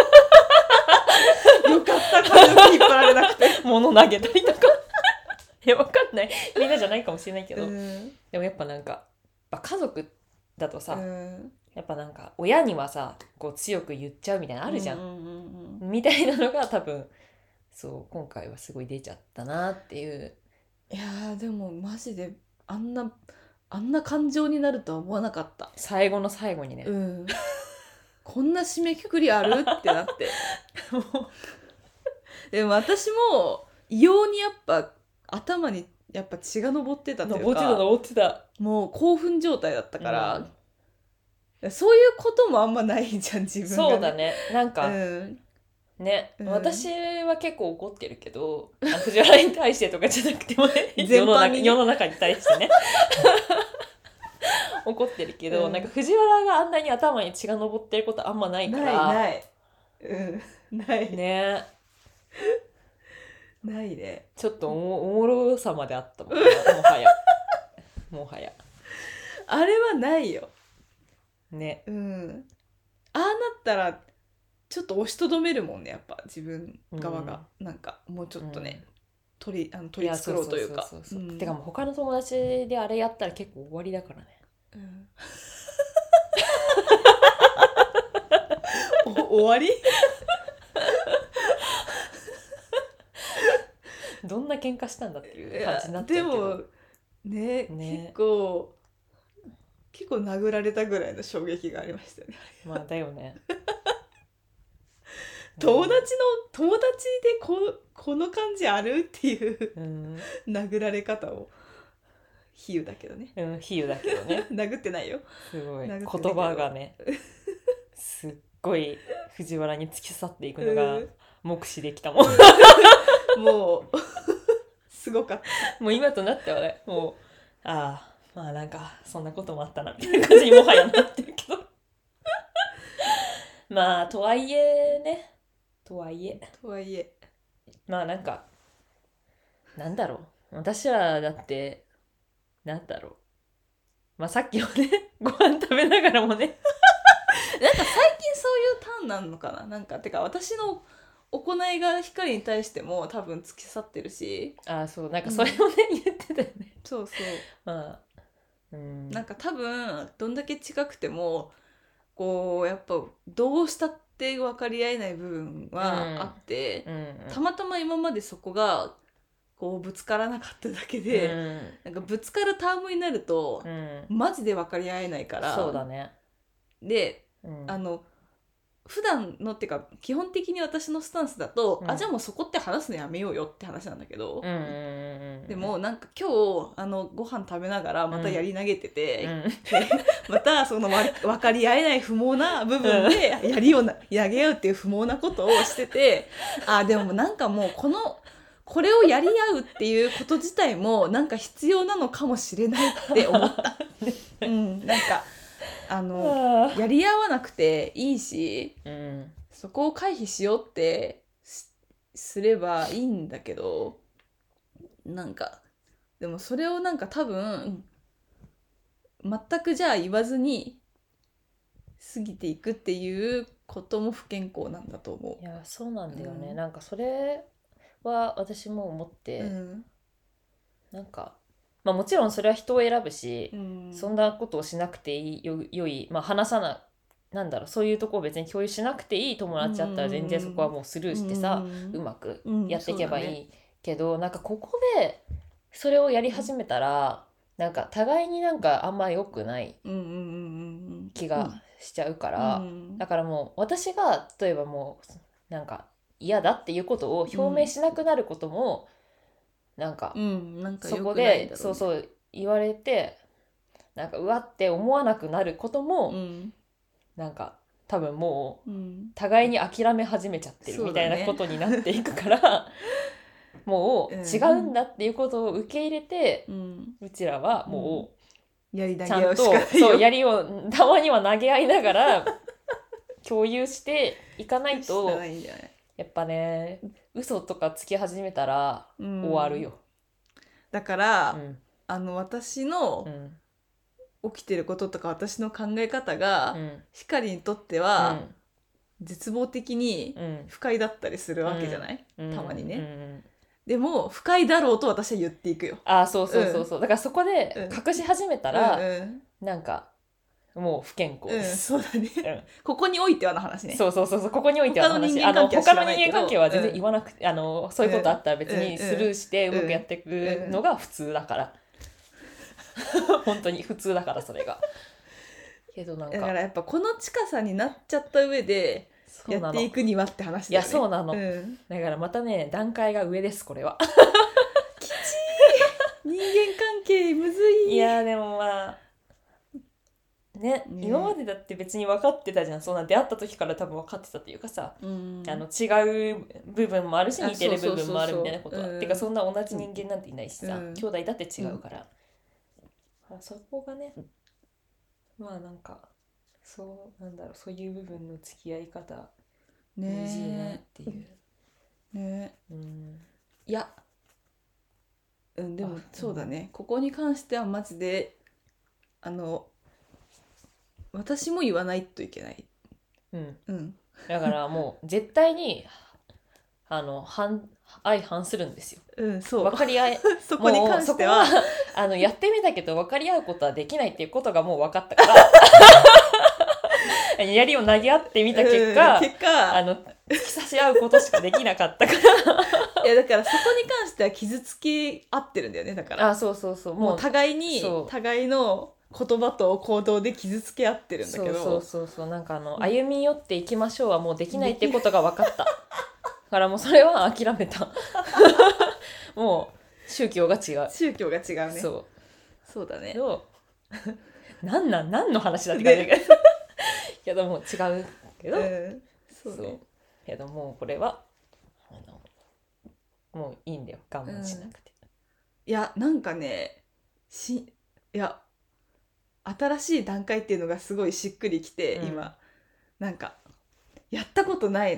よかった髪の毛引っ張られなくて物投げたりとかいやわかんないみんなじゃないかもしれないけど、うん、でもやっぱなんか家族だとさ、うん、やっぱなんか親にはさこう強く言っちゃうみたいなのあるじゃん、うんうんうん、みたいなのが多分そう今回はすごい出ちゃったなっていう。 いやでもマジであんなあんな感情になるとは思わなかった。 最後の最後にね、うん、 こんな締めくくりあるってなってでも私も異様にやっぱ頭にやっぱ血が上ってたというか、 上ってた上ってたもう興奮状態だったから、うん、そういうこともあんまないじゃん自分が、ね、 そうだねなんか、うんね、うん、私は結構怒ってるけど藤原に対してとかじゃなくてもね世の中、世の中に対してね怒ってるけど、うん、なんか藤原があんなに頭に血が上ってることあんまないからないない、うん、ないねないねちょっとおも、おもろさまであったもんなもはやもはやあれはないよね、 うん、ああなったらちょっと押しとどめるもんねやっぱ自分側が、うん、なんかもうちょっとね、うん、取りあの取り繕うというかてかもう他の友達であれやったら結構終わりだからね、 うん、お終わりどんな喧嘩したんだっていう感じになっちゃうけどでも ね, ね結構結構殴られたぐらいの衝撃がありましたよね。 まあだよね友達の友達で こ, この感じあるっていう、うん、殴られ方を比喩だけどね、 うん、比喩だけどね殴ってないよすごい言葉がねすっごい藤原に突き刺さっていくのが目視できたもんもうすごかったもう今となってはねもうああまあなんかそんなこともあったなみたいな感じにもはやなってるけどまあとはいえねとはいえとはいえまあなんかなんだろう私はだってなんだろうまあさっきのねご飯食べながらもねなんか最近そういうターンなのかな。なんかてか私の行いが光に対しても多分突き刺さってるし、 ああそうなんかそれをね、うん、言ってたよね。 そうそうまあうんなんか多分どんだけ近くてもこうやっぱどうしたって分かり合えない部分はあって、 うんうんたまたま今までそこがこうぶつからなかっただけで、なんかぶつかるタームになると、 うんうんマジで分かり合えないからそうだねで、 うん、 あの普段のっていうか基本的に私のスタンスだと、 うんあじゃあもうそこって話すのやめようよって話なんだけど、 うんうんうんうん、 でもなんか今日あのご飯食べながらまたやり投げてて、 うんでまたそのわ分かり合えない不毛な部分でやりをな投げ合うっていう不毛なことをしてて、あでもなんかもうこのこれをやり合うっていうこと自体もなんか必要なのかもしれないって思った。うん、なんかあのやり合わなくていいし、 うん、 そこを回避しようってすればいいんだけど、なんかでもそれをなんか多分全くじゃあ言わずに過ぎていくっていうことも不健康なんだと思いやそうなんだよね、 うんなんかそれは私も思っう。 て、 うんなんかまあもちろんそれは人を選ぶし、 うんそんなことをしなくていいよ、よい、まあ、話さななんだろうそういうとこを別に共有しなくていい友達だったら全然そこはもうスルーしてさ、うまくやっていけばいいけど、なんかここでそれをやり始めたら、なんか互いになんかあんま良くない気がしちゃうから、だからもう私が例えばもうなんか嫌だっていうことを表明しなくなることも、なんかうんなんかそこ良くないでだろねそううそう言われてなんかうわって思わなくなることも、 うんなんか多分もううん互いに諦め始めちゃってるみたいなことになっていくから、もう違うんだっていうことを受け入れて、 うんうちらはもやりうちゃん投げ合うしかとないよ。 そうやりをたまには投げ合いながら共有していかないしとかないんじゃないやっぱね嘘とかつき始めたらうん終わるよ。 だから、 うんあの私うのん起きてることとか私の考え方が、 うん光にとってうはん絶望的にうん不快だったりするわけじゃない、 うんたまにね、 うんうんでも不快だろうと私は言っていくよ。 ああそうそうそうそう、だからそこでうん隠し始めたうんら、 うんなんかもう不健康うん、 です。 そうだね、 うんここにおいてはの話ね。 そうそうそうそうここにおいてはの話、 他の人間関係は知あの他のらないけど人間関係は全然言わなくて、あのそういうことあったら別にスルーしてうまくやっていくのが普通だから、本当に普通だからそれが。けどなんかだからやっぱこの近さになっちゃった上でそうなのやっていくにはって話だよね。 いやそうなの、 うん、 だからまたね段階が上ですこれは。 人間関係むずい。 いやでもまあね、 ね今までだって別に分かってたじゃん、そんな出会った時から多分分かってたっていうかさ、 うんあの違う部分もあるしあ似てる部分もあるそうそうそうそうみたいなことは、 うんてかそんな同じ人間なんていないしさ、 うん兄弟だって違うから、あそこがねまあなんかそうなんだろうそういう部分の付き合い方むずいなっていう、 ねうんいやうんでもあそうだね、ここに関してはマジであの私も言わないといけない。 うん、 うんだからもう絶対にあの反相反するんですよ。 うんそう分かり合えそこに関してはもうそこはあのやってみたけど分かり合うことはできないっていうことがもう分かったからやりを投げ合ってみた結果、 うん結果あの突き刺し合うことしかできなかったかいやだからそこに関しては傷つき合ってるんだよね。だかららあそうそうそうもう互いにそう互いの言葉と行動で傷つけ合ってるんだけど、 そうそうそうそうなんかあの、 うん歩み寄っていきましょうはもうできないっていうことが分かっただからもうそれは諦めたもう宗教が違う宗教が違うね。 そうそうだねけ。どなんなん何の話だって感じだけどけどもう違うけど、 うん、そうね。 けどもうこれはあのもういいんだよ我慢しなくて、 いやなんかねしいや新しい段階っていうのがすごいしっくりきて、 うん今なんかやったことないのよ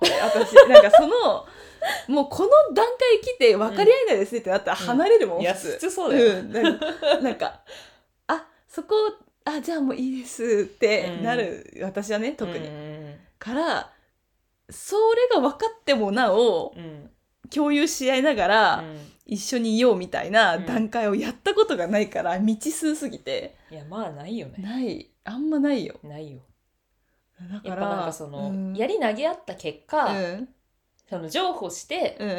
これ私なんかそのもうこの段階来て分かり合えないですねってなったら離れるもん、 いや普通普通そうだよ、 うん、なんかなんかあそこあじゃあもういいですってなる、うん、私はね特に、うん、からそれが分かってもなお、うん、共有し合いながら、うん、一緒にいようみたいな段階をやったことがないから未知数すぎて、 いやまあないよね、 ないあんまないよないよ。 だからやっぱなんかその、うん、やり投げ合った結果、うん、その譲歩して、うん、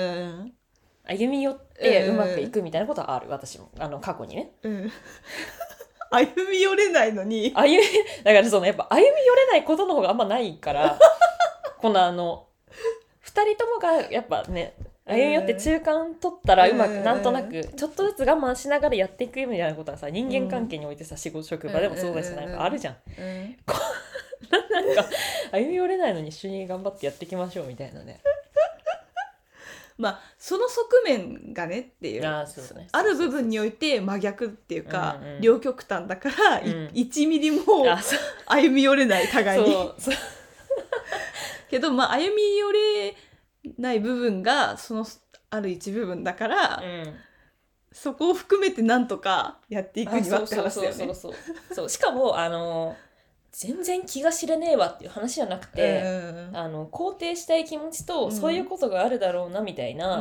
歩み寄ってうまくいくみたいなことはある、私もあの過去にね、うん、 歩み寄れないのに歩みだからそのやっぱ歩み寄れないことの方があんまないからこのあのふたりともがやっぱね歩み寄って中間取ったらうまくなんとなくちょっとずつ我慢しながらやっていくみたいなことはさ、人間関係においてさ、仕事職場でもそうだし、なんかあるじゃん、うんうん、なんか歩み寄れないのに一緒に頑張ってやっていきましょうみたいなねまあその側面がねっていう、 あ, そう、ね、 ある部分において真逆っていうか、うんうん、両極端だから、うん、いちミリも歩み寄れない互いにそうそうけどまあ歩み寄れない部分がそのある一部分だから、うん、そこを含めてなんとかやっていくにはって話だよね。 そうそうそうそうそうしかもあの全然気が知れねえわっていう話じゃなくて、うん、あの肯定したい気持ちと、うん、そういうことがあるだろうなみたいな、うん、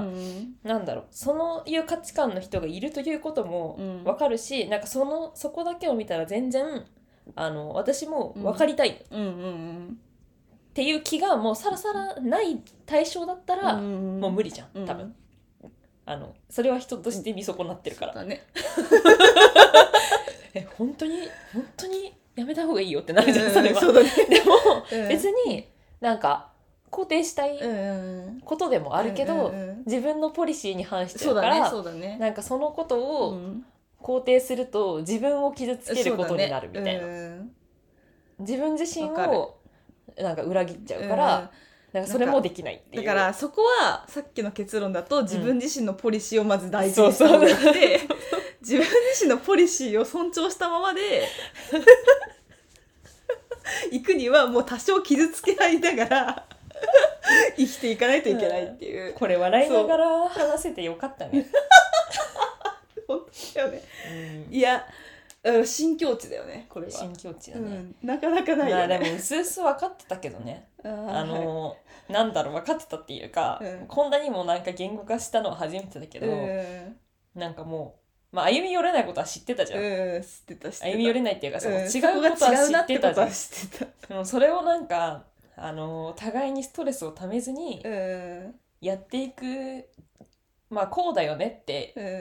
なんだろうそういう価値観の人がいるということも分かるし、うん、なんかそのそこだけを見たら全然あの私も分かりたい、うんうんうんうん、っていう気がもうさらさらない対象だったら、うん、もう無理じゃん多分、うん、あのそれは人として見損なってるから、うん、ねえ本当に本当にやめた方がいいよってなるじゃん、それは、うんね、でも、うん、別になんか肯定したいことでもあるけど、うんうんうん、自分のポリシーに反してるから、そうだね、そうだね、なんかそのことを肯定すると自分を傷つけることになるみたいな、ね、うん、自分自身をなんか裏切っちゃうから、うん、なんかそれもできないっていう。 だからそこはさっきの結論だと自分自身のポリシーをまず大事にした方がよくて、自分自身のポリシーを尊重したままで行くにはもう多少傷つけ合いながら生きていかないといけないっていう、 うん、これ笑いながら話せてよかったね本当だよね、うん、いや新境地だよねこれは。 新境地だね、 うん、なかなかないよね。 でもうすうす分かってたけどねあの、はい、なんだろう分かってたっていうか、うん、こんなにもなんか言語化したのは初めてだけど、うん、なんかもう、まあ、歩み寄れないことは知ってたじゃん、 うん、知ってた知ってた。 歩み寄れないっていうか、その違うことは知ってたじゃん、うん、 知ってた。 でもそれをなんかあの互いにストレスをためずにやっていく、まあこうだよねって、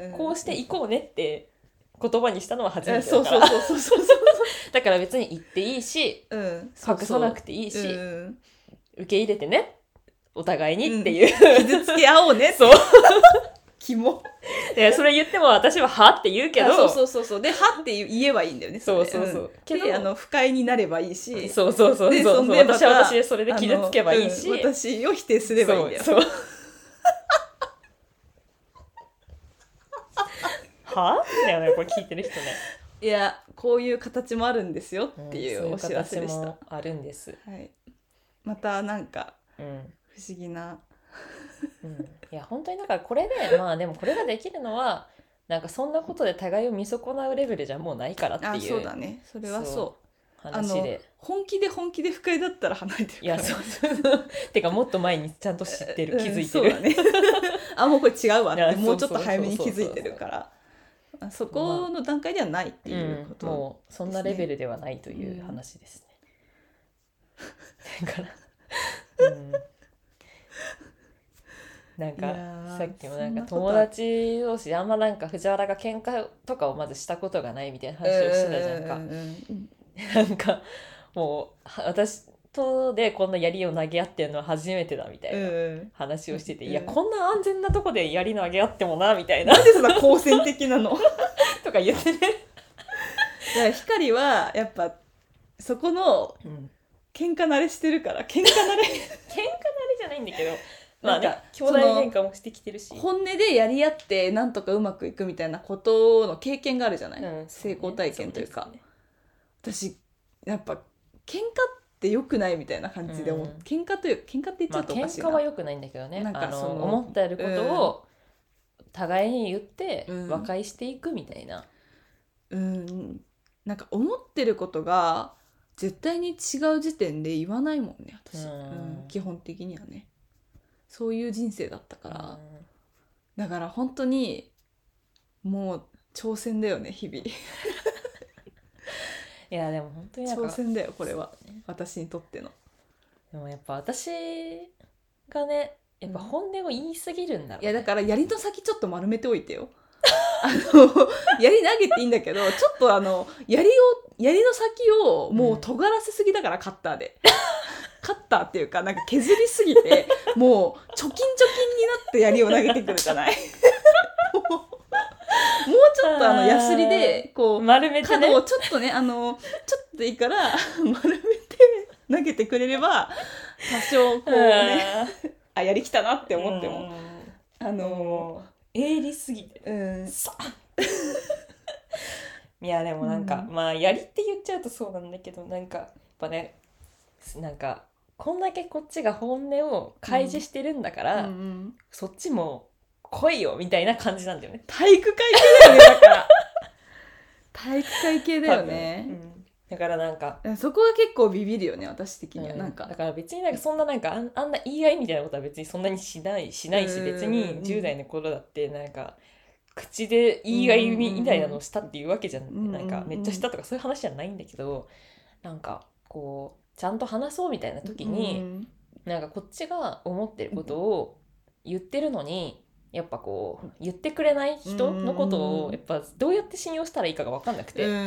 うん、こうしていこうねって言葉にしたのは初めてだから、そうそうそうそうだから別に言っていいし、うん、隠さなくていいし、うん、受け入れてねお互いにっていう、 うん、傷つけ合おうねってそうキモでそれ言っても私ははって言うけど、 そうそうそうそうではって言えばいいんだよね。 そ, そうそうそう、うん、 けどあの不快になればいいし、 そうそうそうそうそう、私は私でそれで傷つけばいいし、 うん、私を否定すればいいんだよ。そうそうはだよねこれ聞いてる人ね。 いやこういう形もあるんですよっていうお知らせでした、うん、そういう形もあるんです、 はい、またなんか、うん、不思議な、 うん、いや本当にだからこれでまあでもこれができるのはなんかそんなことで互いを見損なうレベルじゃもうないからっていう。あ、 そうだね、それはそう話で、本気で本気で不快だったら離れてるから、ね、 いやそうそうてかもっと前にちゃんと知ってる、気づいてる、 うん、そうだねあもうこれ違うわってもうちょっと早めに気づいてるから、そこの段階ではないっていうこと、 まあうん、もうそんなレベルではないという話ですね、うん、だから、うん、なんかさっきもなんか友達同士であんまなんか藤原が喧嘩とかをまずしたことがないみたいな話をしてたじゃんか、うんうん、なんかもう私とでこんな槍を投げ合ってるのは初めてだみたいな話をしてて、うん、いやこんな安全なとこで槍投げ合ってもなみたいな、 なんでそんな好戦的なのとか言ってねだから光はやっぱそこの喧嘩慣れしてるから喧嘩慣れ喧嘩慣れじゃないんだけどまあね、兄弟喧嘩もしてきてるし本音でやり合ってなんとかうまくいくみたいなことの経験があるじゃない、うんね、成功体験というか、ね、私やっぱ喧嘩っって良くないみたいな感じで思っ、 うん、 喧嘩という喧嘩って言っちゃまあうとおかしいな、 喧嘩は良くないんだけどね、 なんあのかその思っていることを互いに言ってうん和解していくみたいな、 うんなんか思ってることが絶対に違う時点で言わないもんね私、 うんうん、基本的にはねそういう人生だったから、 うん、 だから本当にもう挑戦だよね日々 いやでも本当になんか挑戦だよこれは、 ね、 私にとっての。 でもやっぱ私がねやっぱ本音を言い過ぎるんだろう、ね、 いやだから槍の先ちょっと丸めておいてよあの槍投げていいんだけどちょっとあの槍を槍の先をもう尖らせすぎだから、うん、カッターでカッターっていうかなんか削りすぎてもうチョキンチョキンになって槍を投げてくるじゃないもうもうちょっとあのヤスリでこう丸めてね角をちょっとねあのちょっとでいいから丸めて投げてくれれば多少こうねあやりきたなって思っても、うん、あの鋭利すぎて、 うん、さいやでもなんか、うん、まあやりって言っちゃうとそうなんだけどなんかやっぱねなんかこんだけこっちが本音を開示してるんだから、うんうん、そっちも来いよみたいな感じなんだよね。 体育会系だよねだから体育会系だよね、うん、 だからなんかそこが結構ビビるよね私的には、 うん、 なんかだから別になんかそんななんか あ, あんな言い合いみたいなことは別にそんなにしないしないし、別にじゅう代の頃だってなんか口で言い合いみたいなのをしたっていうわけじゃん、うんうん、なんかめっちゃしたとかそういう話じゃないんだけど、なんかこうちゃんと話そうみたいな時に、うん、なんかこっちが思ってることを言ってるのにやっぱこう言ってくれない人のことをやっぱどうやって信用したらいいかが分かんなくて、うん、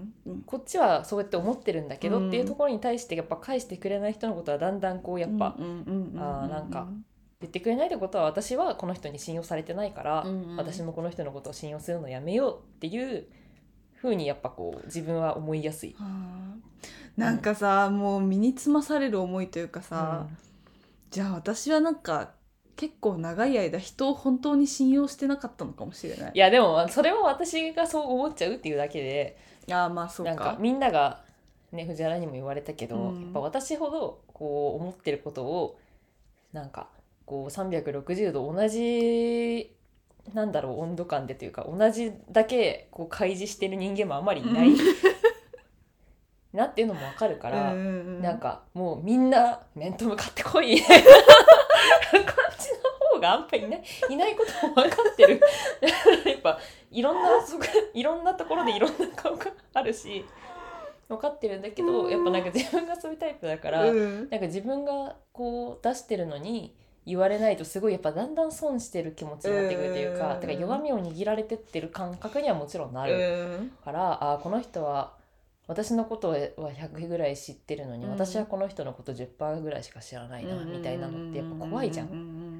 こっちはそうやって思ってるんだけどっていうところに対してやっぱ返してくれない人のことはだんだんこうやっぱ、あなんか言ってくれないってことは私はこの人に信用されてないから、うんうん、私もこの人のことを信用するのやめようっていう風にやっぱこう自分は思いやすい。 なんかさ、うん、もう身につまされる思いというかさ、うん、じゃあ私はなんか結構長い間人を本当に信用してなかったのかもしれない。 いやでもそれは私がそう思っちゃうっていうだけで、 いやまあそうか、 なんかみんながね藤原にも言われたけど、うん、やっぱ私ほどこう思ってることをなんかこうさんびゃくろくじゅうど同じなんだろう温度感でというか同じだけこう開示してる人間もあまりいない、うん、なっていうのも分かるから、うん、なんかもうみんな面と向かってこいこっちの方があんまりいないいないことも分かってるやっぱいろんなそこいろんなところでいろんな顔があるし分かってるんだけど、やっぱなんか自分がそういうタイプだから、うん、なんか自分がこう出してるのに言われないとすごいやっぱだんだん損してる気持ちになってくるというか、うん、だから弱みを握られてってる感覚にはもちろんなる、うん、からあこの人は私のことはひゃくぐらい知ってるのに、うん、私はこの人のこと じゅっパーセント ぐらいしか知らないな、うん、みたいなのってやっぱ怖いじゃん、うん、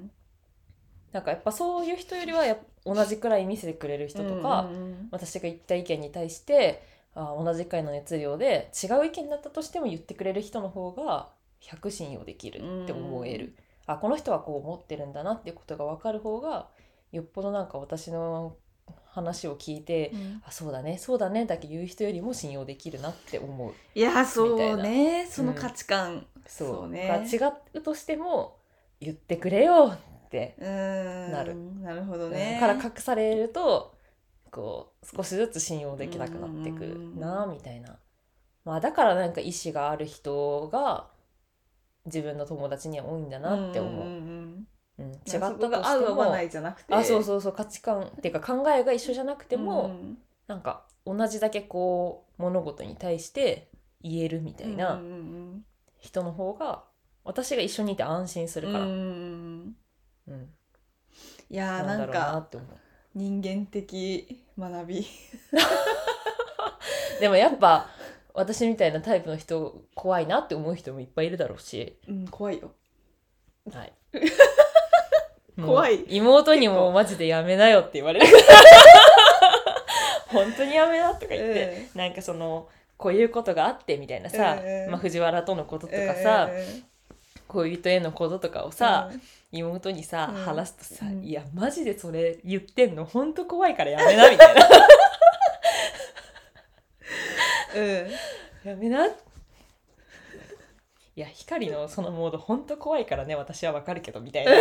なんかやっぱそういう人よりはやっぱ同じくらい見せてくれる人とか、うん、私が言った意見に対してあ同じ回の熱量で違う意見だったとしても言ってくれる人の方がひゃく信用できるって思える、うん、あこの人はこう思ってるんだなっていうことが分かる方がよっぽどなんか私の話を聞いて、うん、あそうだねそうだねだけ言う人よりも信用できるなって思う。 いやそうねその価値観、うん、 そう、そうね、違うとしても言ってくれよってなる。 なるほどね、 から隠されるとこう少しずつ信用できなくなっていくなみたいな、まあだからなんか意思がある人が自分の友達には多いんだなって思う、うんうんうん、違ったとしても合う合わないじゃなくて、 あそうそうそう価値観っていうか考えが一緒じゃなくても、うん、なんか同じだけこう物事に対して言えるみたいな人の方が私が一緒にいて安心するから、うん、 うん、いやーなんかって思う人間的学びでもやっぱ私みたいなタイプの人怖いなって思う人もいっぱいいるだろうし、 うん、怖いよはい怖い妹にもマジでやめなよって言われる本当にやめなとか言って、うん、なんかそのこういうことがあってみたいなさ、うんまあ、藤原とのこととかさ、うん、恋人へのこととかをさ、うん妹にさ、うん、話すとさ、うん、いやマジでそれ言ってんのほんと怖いからやめなみたいな、うん、やめないや光のそのモードほんと怖いからね私はわかるけどみたいな。い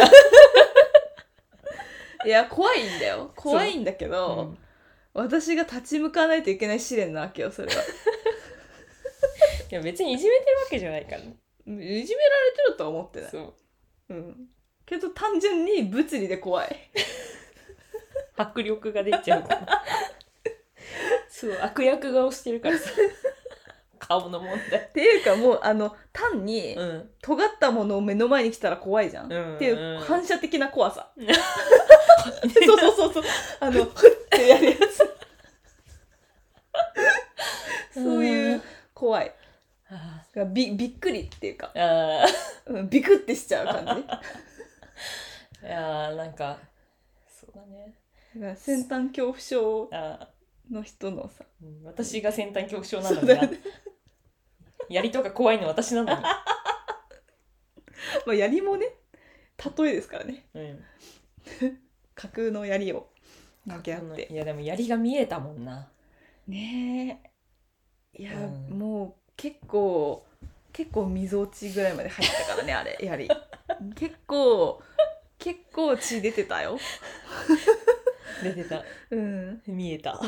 や怖いんだよ怖いんだけど、 うん、 私が立ち向かわないといけない試練なわけよそれは。 いや別にいじめてるわけじゃないからね。 いじめられてるとは思ってない。 そう、 うん、けど単純に物理で怖い。 迫力が出ちゃうからそう悪役顔してるからさ顔の問題っていうかもうあの単にうん尖ったものを目の前に来たら怖いじゃん、 うんっていううん反射的な怖さ。そうそうそうそうあのふってやるやつそういう怖いあび, びっくりっていうか、 あうんビクってしちゃう感じ。 いやーなんかそうだね。 だから先端恐怖症あの人のさ、 うん私が先端恐怖症なのにな、 そうだよね。 槍とか怖いの私なのに、 まあ槍もね例えですからね。 うん、 架空の槍を投げ合っていやでも槍が見えたもんな。 ねえ。いや、 うん、 もう結構結構みぞおちぐらいまで入ったからねあれ槍結構結構血出てたよ。 出てた、 うん見えた、 うん、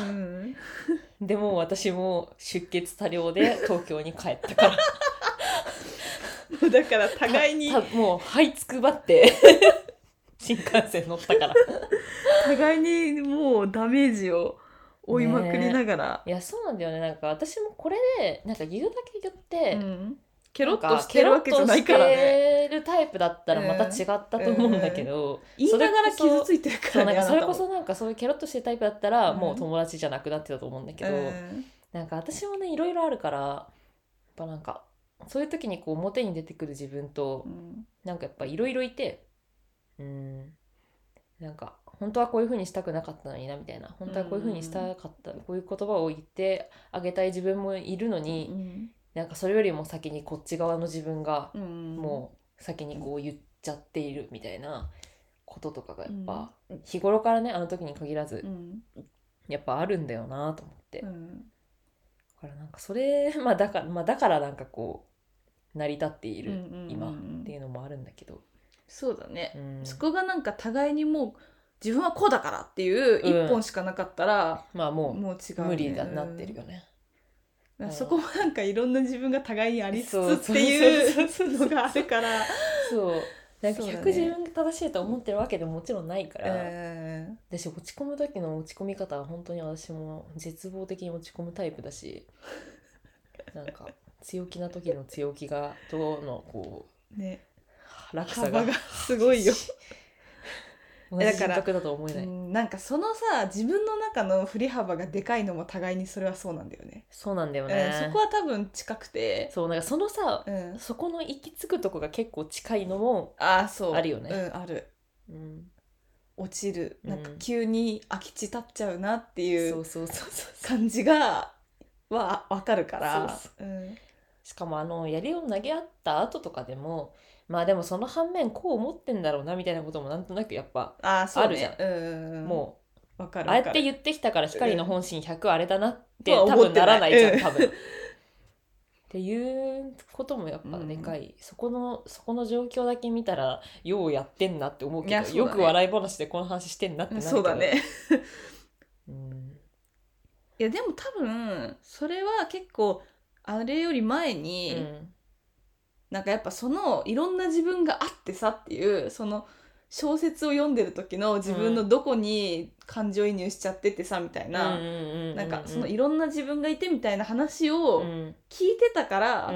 でも私も出血多量で東京に帰ったからもうだから互いにたたもう這いつくばって新幹線乗ったから互いにもうダメージを負いまくりながら、 いやそうなんだよね。なんか私もこれでなんか言うだけ言って、 うん、ケロッとしてるわけじゃないからね。 ケロッとしてるタイプだったらまた違ったと思うんだけど、 うん、言いながら傷ついてるからね。 それこそなんかそういうケロッとしてるタイプだったら、 うん、 もう友達じゃなくなってたと思うんだけど、うん、なんか私もねいろいろあるからやっぱなんかそういう時にこう表に出てくる自分と、うん、なんかやっぱいろいろいて、うんなんか本当はこういう風にしたくなかったのになみたいな、本当はこういう風にしたかった、うん、こういう言葉を言ってあげたい自分もいるのに、うん、なんかそれよりも先にこっち側の自分がもう先にこう言っちゃっているみたいなこととかがやっぱ日頃からねあの時に限らずやっぱあるんだよなと思って、うん、だからなんかそれ、まあ、だからまあだからなんかこう成り立っている今っていうのもあるんだけど、 そうだね、うん、そこがなんか互いにもう自分はこうだからっていう一本しかなかったら、 うん、まあもう、 もう違う、ね、 無理だなってるよね、 うん、そこもなんかいろんな自分が互いにありつつっていうのがあるからそうなんかひゃく自分が正しいと思ってるわけでももちろんないから、えー、私落ち込む時の落ち込み方は本当に私も絶望的に落ち込むタイプだしなんか強気な時の強気がとのこうね落差がすごいよ同じ人格だと思えない。 うん、なんかそのさ自分の中の振り幅がでかいのも互いにそれはそうなんだよね。 そうなんだよね、 うん、そこは多分近くて、 そうなんかそのさ、うん、そこの行き着くとこが結構近いのもあるよね。 うん、ある、うん、落ちるなんか急に空き地立っちゃうなっていう感じがは分かるから。そうそう、うん、 しかもあの槍を投げ合った後とかでもまあでもその反面こう思ってんだろうなみたいなこともなんとなくやっぱあるじゃん。あ、そうね、うん、もう分かる分かる、ああやって言ってきたから光の本心ひゃくあれだなって多分ならないじゃん多分っていうこともやっぱでかい、うん、そこのそこの状況だけ見たらようやってんなって思うけど、ね、よく笑い話でこの話してんなってなるけど、 そうだね、うん、いやでも多分それは結構あれより前に、うん、なんかやっぱそのいろんな自分があってさっていうその小説を読んでる時の自分のどこに感情移入しちゃっててさみたいな、なんかそのいろんな自分がいてみたいな話を聞いてたから、うん、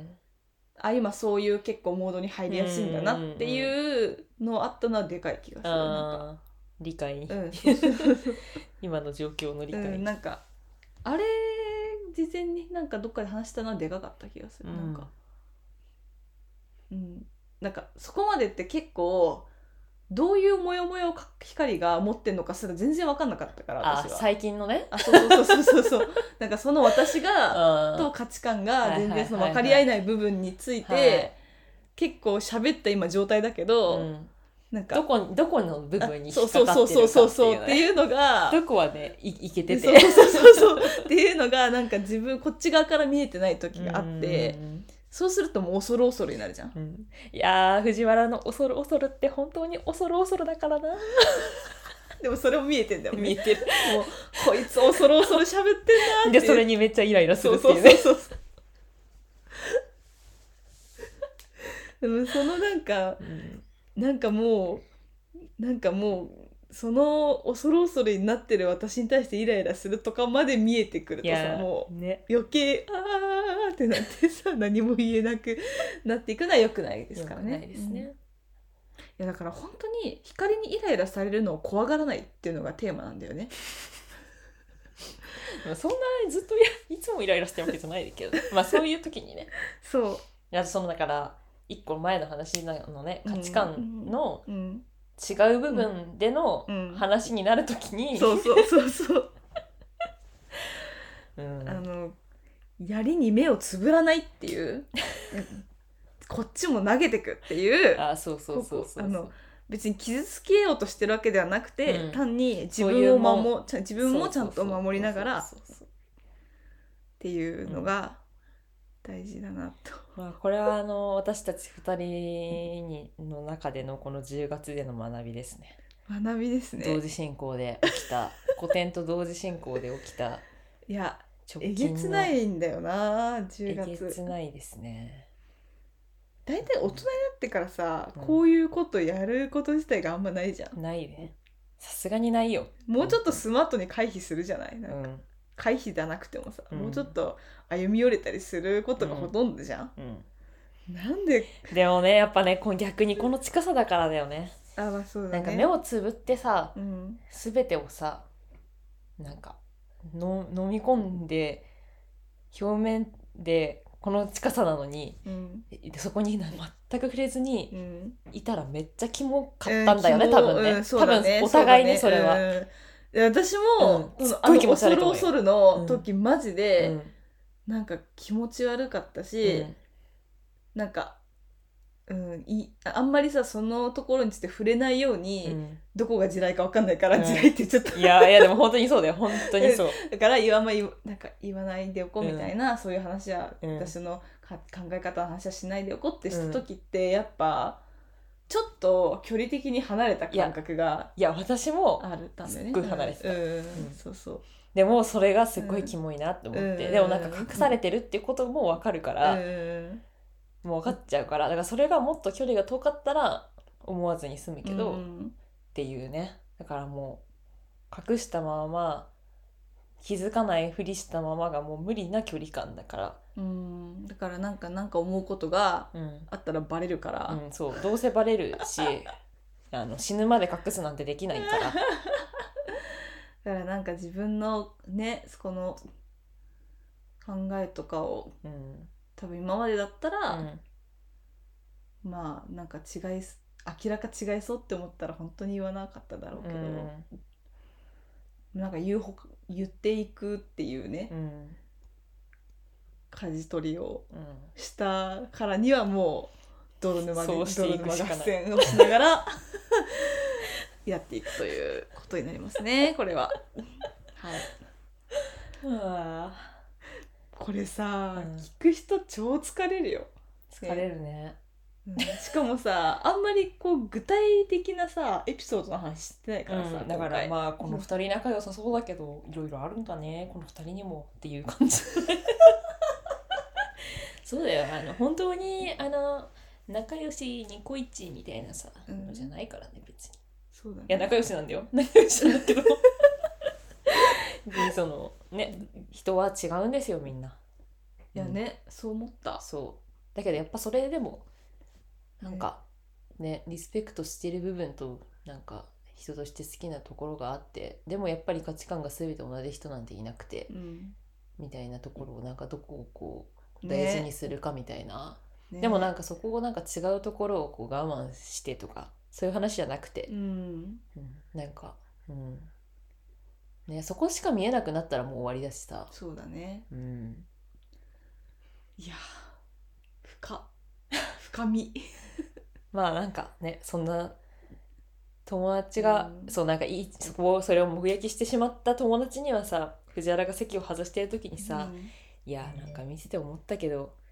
あ今そういう結構モードに入りやすいんだなっていうのあったのはでかい気がする。なんか理解、うん、今の状況の理解、 うん、なんかあれ事前になんかどっかで話したのはでかかった気がする、うん、なんかうん、なんかそこまでって結構どういうモヤモヤを光が持ってんのかすら全然分かんなかったから私は。 あ最近のねあそうそうそうそうそうなんかその私がと価値観が全然その分かり合えない部分について結構喋った今状態だけど、うん、なんかどこどこの部分に引っかかってるかっていう、ね、 っていうのがどこはね い, いけててそうそうそうそうっていうのがなんか自分こっち側から見えてない時があって、 そうするともう恐る恐るになるじゃん。 うん、いやー藤原の恐る恐るって本当に恐る恐るだからな。 でもそれも見えてんだよね。 見えてる。 もうこいつ恐る恐る喋ってんなーってでそれにめっちゃイライラすそうるっていうね。 そうそうそうでもそのなんか、 うん、 なんかもうなんかもうその恐る恐るになってる私に対してイライラするとかまで見えてくるとさ、 いやもうね、 余計あーってなってさ何も言えなくなっていくのは良くないですからね。 良くないですね。 うん、いやだから本当に光にイライラされるのを怖がらないっていうのがテーマなんだよね。 でもそんなずっといいつもイライラしてるわけじゃないけど、まあそういう時にね。 そう。 いやそのだから一個前の話なのね、価値観の違う部分での話になる時に、 うん、そうそうそうそう。 うん、 あの槍に目をつぶらないっていうこっちも投げてくっていう、 あそうそうそうそうそう、 あの別に傷つけようとしてるわけではなくて、うん、単に自分を守ちゃ自分もちゃんと守りながらっていうのが大事だなと、 うん、まあ、これはあの私たちふたりにの中でのこのじゅうがつでの学びですね。 学びですね。 同時進行で起きた古典と同時進行で起きたいやえげつないんだよなじゅうがつ。 えげつないですね。 だいたい大人になってからさ、うん、こういうことやること自体があんまないじゃん。 ないね、さすがにないよ。 もうちょっとスマートに回避するじゃない、なんか、うん、回避じゃなくてもさ、うん、もうちょっと歩み寄れたりすることがほとんどじゃん、うんうん、なんででもねやっぱね逆にこの近さだからだよね。 あ、まあそうだね、 なんか目をつぶってさ、 うん、 全てをさなんかの飲み込んで表面でこの近さなのに、うん、そこに全く触れずにいたらめっちゃキモかったんだよね、うん、多分ね、うん、多分お互いにそれは、 うん、私も、うん、あの恐る恐るの時、うん、マジで、うん、なんか気持ち悪かったし、うん、なんか、うん、いあんまりさそのところについて触れないように、うん、どこが地雷か分かんないから、うん、地雷って言っちゃった。 いやいやでも本当にそうだよ本当にそうだから言わ、ま言なんか言わないでおこうみたいな、うん、そういう話は、うん、私の考え方の話はしないでおこうってした時って、うん、やっぱちょっと距離的に離れた感覚がいや私もあるためね、 すっごい離れてた、 うんうん、そうそう。 でもそれがすっごいキモいなって思って、うん、でもなんか隠されてるっていうことも分かるから、うん、もう分かっちゃうから、だからそれがもっと距離が遠かったら思わずに済むけど、うん、っていうね。だからもう隠したまま気づかないふりしたままがもう無理な距離感だから、 うん、だからなんかなんか思うことがあったらバレるから、 うんうん、そうどうせバレるしあの死ぬまで隠すなんてできないからだからなんか自分のねこの考えとかを、うん、多分今までだったら、うん、まあなんか違い明らか違いそうって思ったら本当に言わなかっただろうけど、うん、なんか言うほ言っていくっていうね、うん、舵取りをしたからにはもう泥沼で泥沼合戦をしながらやっていくということになりますねこれは。はい。はあ、これさ、うん、聞く人超疲れるよ。 疲れるね。 うん、しかもさあんまりこう具体的なさエピソードの話してないからさ、 うん、だからまあこのふたり仲良さそうだけどいろいろあるんだねこのふたりにもっていう感じそうだよあの本当にあの仲良しニコイチみたいなさ、うん、のじゃないからね別に。 そうだね、 いや仲良しなんだよ仲良しなんだけどそのね人は違うんですよみんな。 いやね、うん、そう思った。 そうだけどやっぱそれでもなんかねリスペクトしてる部分となんか人として好きなところがあって、でもやっぱり価値観が全て同じ人なんていなくて、うん、みたいなところをなんかどこをこう大事にするかみたいな、ね、でもなんかそこをなんか違うところをこう我慢してとかそういう話じゃなくて、うんうん、なんか、うんね、そこしか見えなくなったらもう終わりだしさ。 そうだね、うん、いや深深みまあなんかねそんな友達が、うん、そうなんかいいそこをそれを目撃してしまった友達にはさ藤原が席を外してる時にさ、うん、いやなんか見てて思ったけど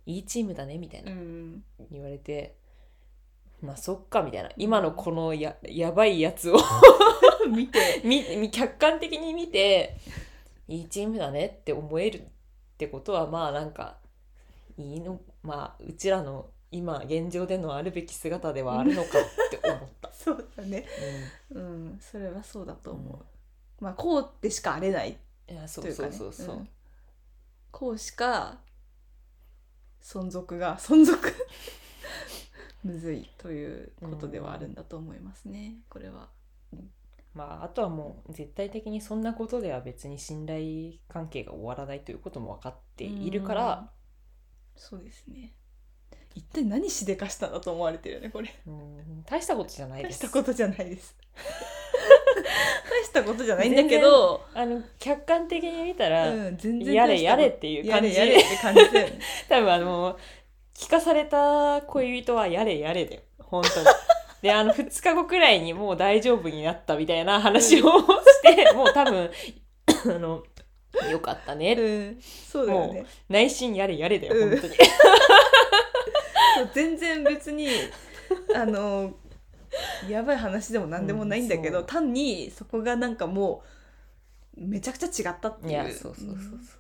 いいチームだねみたいなうん言われて、まあそっかみたいな、今のこの や, やばいやつを見てみ客観的に見ていいチームだねって思えるってことは、まあなんかいいの、まあうちらの今現状でのあるべき姿ではあるのかって思ったそうだね、 うん、 うん、それはそうだと思う、 うん、 まあこうってしかあれないいやそうというかね、 そうそうそう、 うん、こうしか存続が存続むずいということではあるんだと思いますね、これは。 まああとはもう絶対的にそんなことでは別に信頼関係が終わらないということも分かっているから、 そうですね。一体何しでかしたんだと思われてるよねこれ。 うん大したことじゃないです。 大したことじゃないです大したことじゃないんだけど、 あの客観的に見たら、 うん、全然やれやれっていう感じやれやれって感じだよね多分あの聞かされた恋人はやれやれだよ本当にであのふつかごくらいにもう大丈夫になったみたいな話をして、うん、もう多分あのよかったね、 うん、そうだよね、 もう内心やれやれだよ、うん、本当にそう全然別にあのやばい話でも何でもないんだけど、うん、単にそこがなんかもうめちゃくちゃ違ったっていう。いやそうそうそう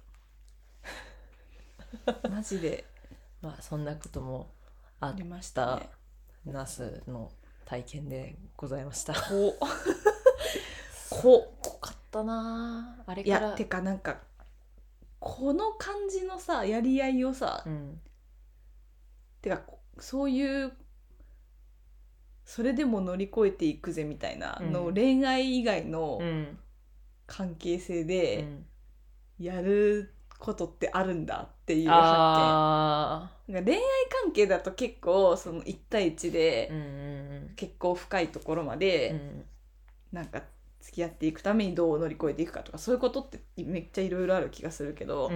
そう、うん、マジでまあそんなこともありました、ね、ナスの体験でございました。ここ濃かったなあれから。 いやてかなんかこの感じのさやり合いをさ、うん、てかそういうそれでも乗り越えていくぜみたいなの、うん、恋愛以外の関係性でやることってあるんだっていう発見、あなんか恋愛関係だと結構そのいち対いちで結構深いところまでなんか付き合っていくためにどう乗り越えていくかとかそういうことってめっちゃいろいろある気がするけど、うん、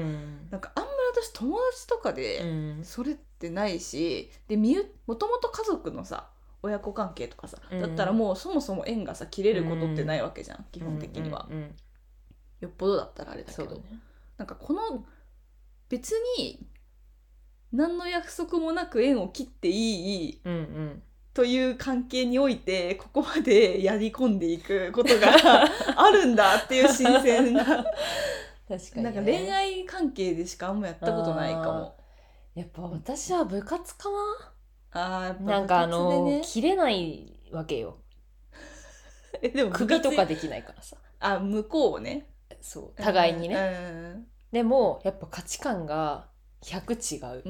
なんかあんまり私友達とかでそれってないし、でもともと家族のさ親子関係とかさだったらもうそもそも縁がさ切れることってないわけじゃん、うん、基本的には、うんうんうん、よっぽどだったらあれだけど、ね、なんかこの別に何の約束もなく縁を切っていい、うんうんという関係においてここまでやり込んでいくことがあるんだっていう新鮮な確かに、ね、なんか恋愛関係でしかあんまやったことないかも。 やっぱ私は部活かな。 あやっぱ部活で、ね、 なんかあの切れないわけよえでも首とかできないからさあ向こうねそう互いにね、うん、でもやっぱ価値観がひゃく違う、うん、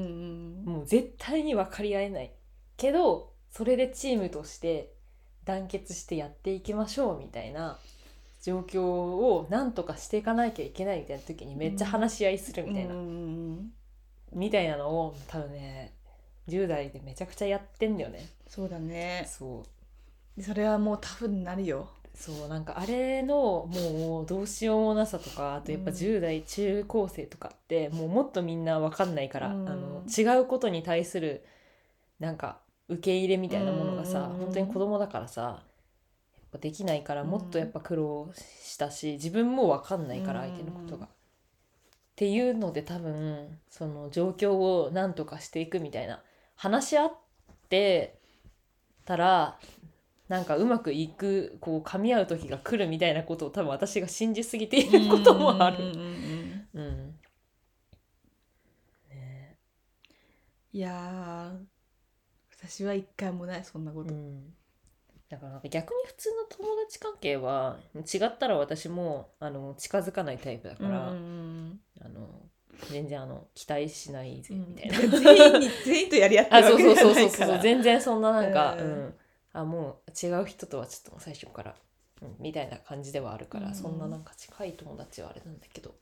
もう絶対に分かり合えないけどそれでチームとして団結してやっていきましょうみたいな状況をなんとかしていかなきゃいけないみたいな時にめっちゃ話し合いするみたいな、うん、みたいなのを多分ねじゅう代でめちゃくちゃやってんだよね。 そうだね。 そうそれはもうタフになるよ。 そうなんかあれのもうどうしようもなさとかあとやっぱじゅう代中高生とかってもうもっとみんな分かんないから、うん、あの違うことに対するなんか受け入れみたいなものがさ、うん、本当に子供だからさやっぱできないからもっとやっぱ苦労したし自分も分かんないから相手のことが、うん、っていうので多分その状況をなんとかしていくみたいな話し合ってたらなんかうまくいくこう噛み合う時が来るみたいなことを多分私が信じすぎていることもある。うん、うん、 ね、いや私は一回もないそんなこと、うん、 だから逆に普通の友達関係は違ったら私もあの近づかないタイプだから、うん、あの全然あの期待しないぜみたいな、うん、 全員に全員とやり合ってるわけじゃないからそうそうそうそう全然そんななんか、うん、あもう違う人とはちょっと最初から、うん、みたいな感じではあるから、うん、そんななんか近い友達はあれなんだけど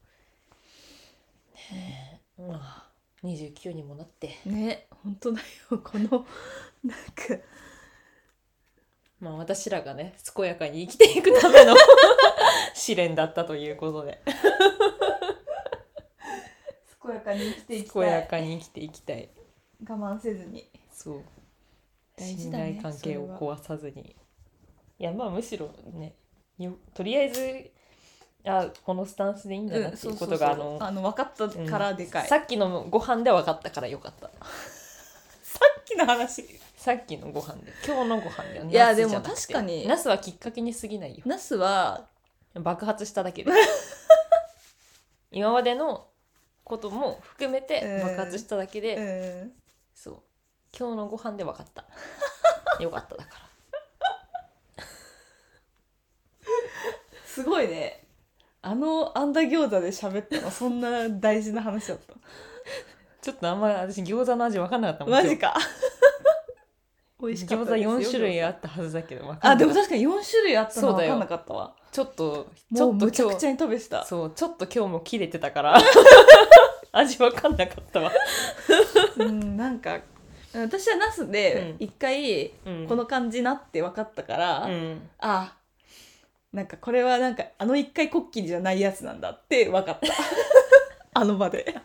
ねえ、うん、にじゅうきゅうにもなってね本当だよこのなんかまあ私らがね健やかに生きていくための試練だったということで健やかに生きていきたい健やかに生きていきたい我慢せずにそう大事だね、信頼関係を壊さずにいやまあむしろねよとりあえずあこのスタンスでいいんだなっていうことが、 うん、そうそうそう、あの分かったからでかい、 うん、さっきのご飯で分かったからよかったさっきの話、 さっきのご飯で今日のご飯でいやでも確かにナスはきっかけに過ぎないよ。 ナスは爆発しただけで今までのことも含めて爆発しただけで、 うん、 そう今日のご飯で分かったよかっただからすごいね、あのあんだ餃子で喋ったのそんな大事な話だったちょっとあんまり私餃子の味分かんなかったもん。 マジか美味しかったですよ。 餃子よん種類あったはずだけど分かんなかった。 あでも確かによん種類あったの分かんなかったわ。 ちょっとちょっとむちゃくちゃに食べてた。 そうちょっと今日も切れてたから味分かんなかったわうんなんか私はナスで一回この感じなって分かったから、うん、あなんかこれはなんかあの一回こっきりじゃないやつなんだって分かったあの場で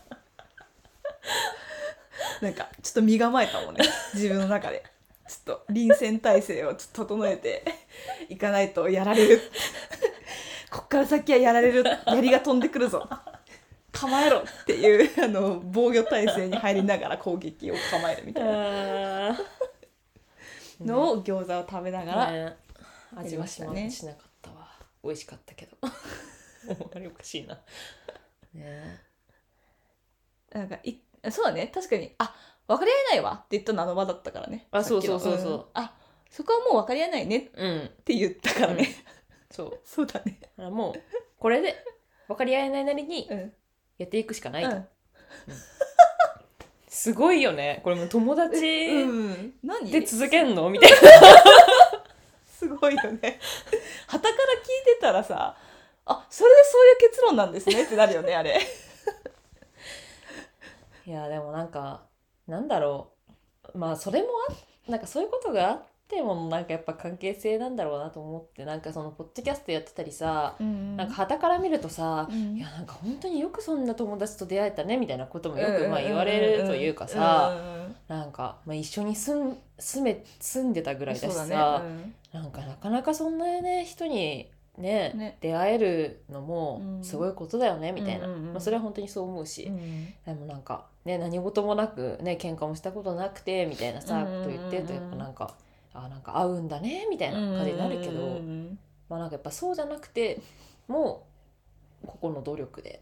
なんかちょっと身構えたもんね自分の中で。ちょっと臨戦態勢をちょっと整えていかないとやられるこっから先はやられる、槍が飛んでくるぞ構えろっていうあの防御態勢に入りながら攻撃を構えるみたいなのを餃子を食べながら、ね、 味はしなかったわ。美味しかったけどあれおかしいなね。 なんかいそうだね、確かにあ分かり合えないわって言ったのあの場だったからね。 あそうそうそうそう、うん、 あそこはもう分かり合えないねって言ったからね、うん、 そうそうだね。 もうこれで分かり合えないなりにやっていくしかないと、うんうん、すごいよねこれも友達で続けんのみたいなすごいよね傍から聞いてたらさあそれでそういう結論なんですねってなるよねあれいやでもなんかなんだろう、まあそれもあなんかそういうことがあってもなんかやっぱ関係性なんだろうなと思って、なんかそのポッドキャストやってたりさ、うん、なんか傍から見るとさ、うん、いやなんか本当によくそんな友達と出会えたねみたいなこともよくまあ言われるというかさ、なんか、まあ、一緒に住ん、住め住んでたぐらいだしさ、ねうん、なんかなかなかそんなね人にね、ね出会えるのもすごいことだよね、うん、みたいな、うんうんうんまあ、それは本当にそう思うし、うん、でもなんか、ね、何事もなく、ね、喧嘩もしたことなくてみたいなさ、うんうんうん、こと言ってるとやっぱなんかあなんか合うんだねみたいな感じになるけど、うんうんうん、まあなんかやっぱそうじゃなくてもう個々の努力で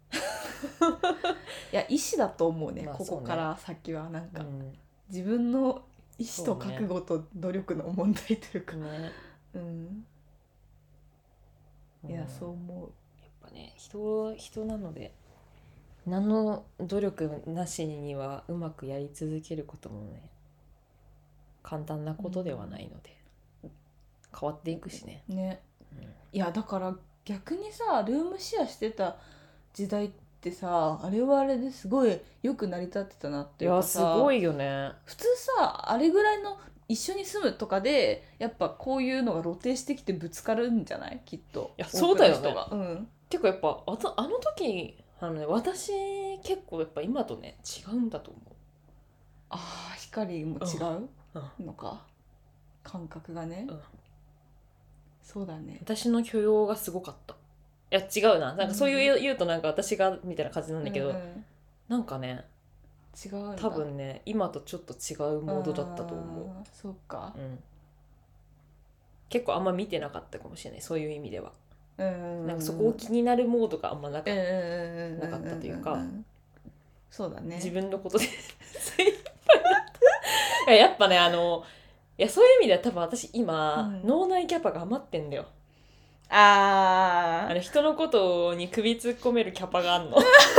いや意志だと思うね、まあ、ここから先はなんか、うん、自分の意志と覚悟と努力の問題というかね、うんいや、うん、そう思う。やっぱね 人, 人なので何の努力なしにはうまくやり続けることもね簡単なことではないので、うん、変わっていくしね。 ね、うん、いやだから逆にさルームシェアしてた時代ってさあれはあれですごいよく成り立ってたなっていうかさ。 いやすごいよね。 普通さあれぐらいの一緒に住むとかでやっぱこういうのが露呈してきてぶつかるんじゃないきっと。 いやそうだよね、うん、てかやっぱあのあの時あの、ね、私結構やっぱ今とね違うんだと思う。 ああ光も違うのか、うん、感覚がね、うん、そうだね。 私の許容がすごかった。いや違うななんかそういう言うとなんか私がみたいな感じなんだけど、うんうん、なんかね違うんだ多分ね今とちょっと違うモードだったと思う。 そうか、うん、 結構あんま見てなかったかもしれないそういう意味では、うんうんうん、なんかそこを気になるモードがあんまなかった、うんうん、なかったというか、うんうん、 そうだね自分のことで精一杯だったやっぱねあのいやそういう意味では多分私今、うん、脳内キャパが余ってんだよ。ああの人のことに首突っ込めるキャパがあんの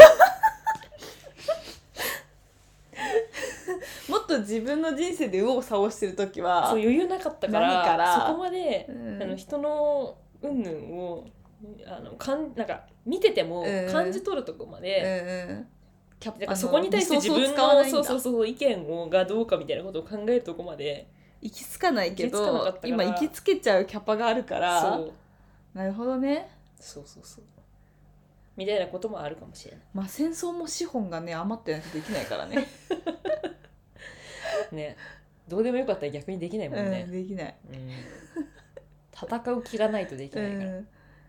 もっと自分の人生で右往左往してる時はそう余裕なかったからからそこまで、うん、あの人の云々をあのかんなんか見てても感じ取るとこまで、うんうん、キャだからそこに対して自分のそうそうそう意見をがどうかみたいなことを考えるとこまで行き着かないけど今行きつけちゃうキャパがあるからそうなるほどね。 そうそうそうみたいなこともあるかもしれない。 まあ戦争も資本がね余ってないとできないからねねどうでもよかったら逆にできないもんね、 うん、できない、 うん、戦う気がないとできないから、うん、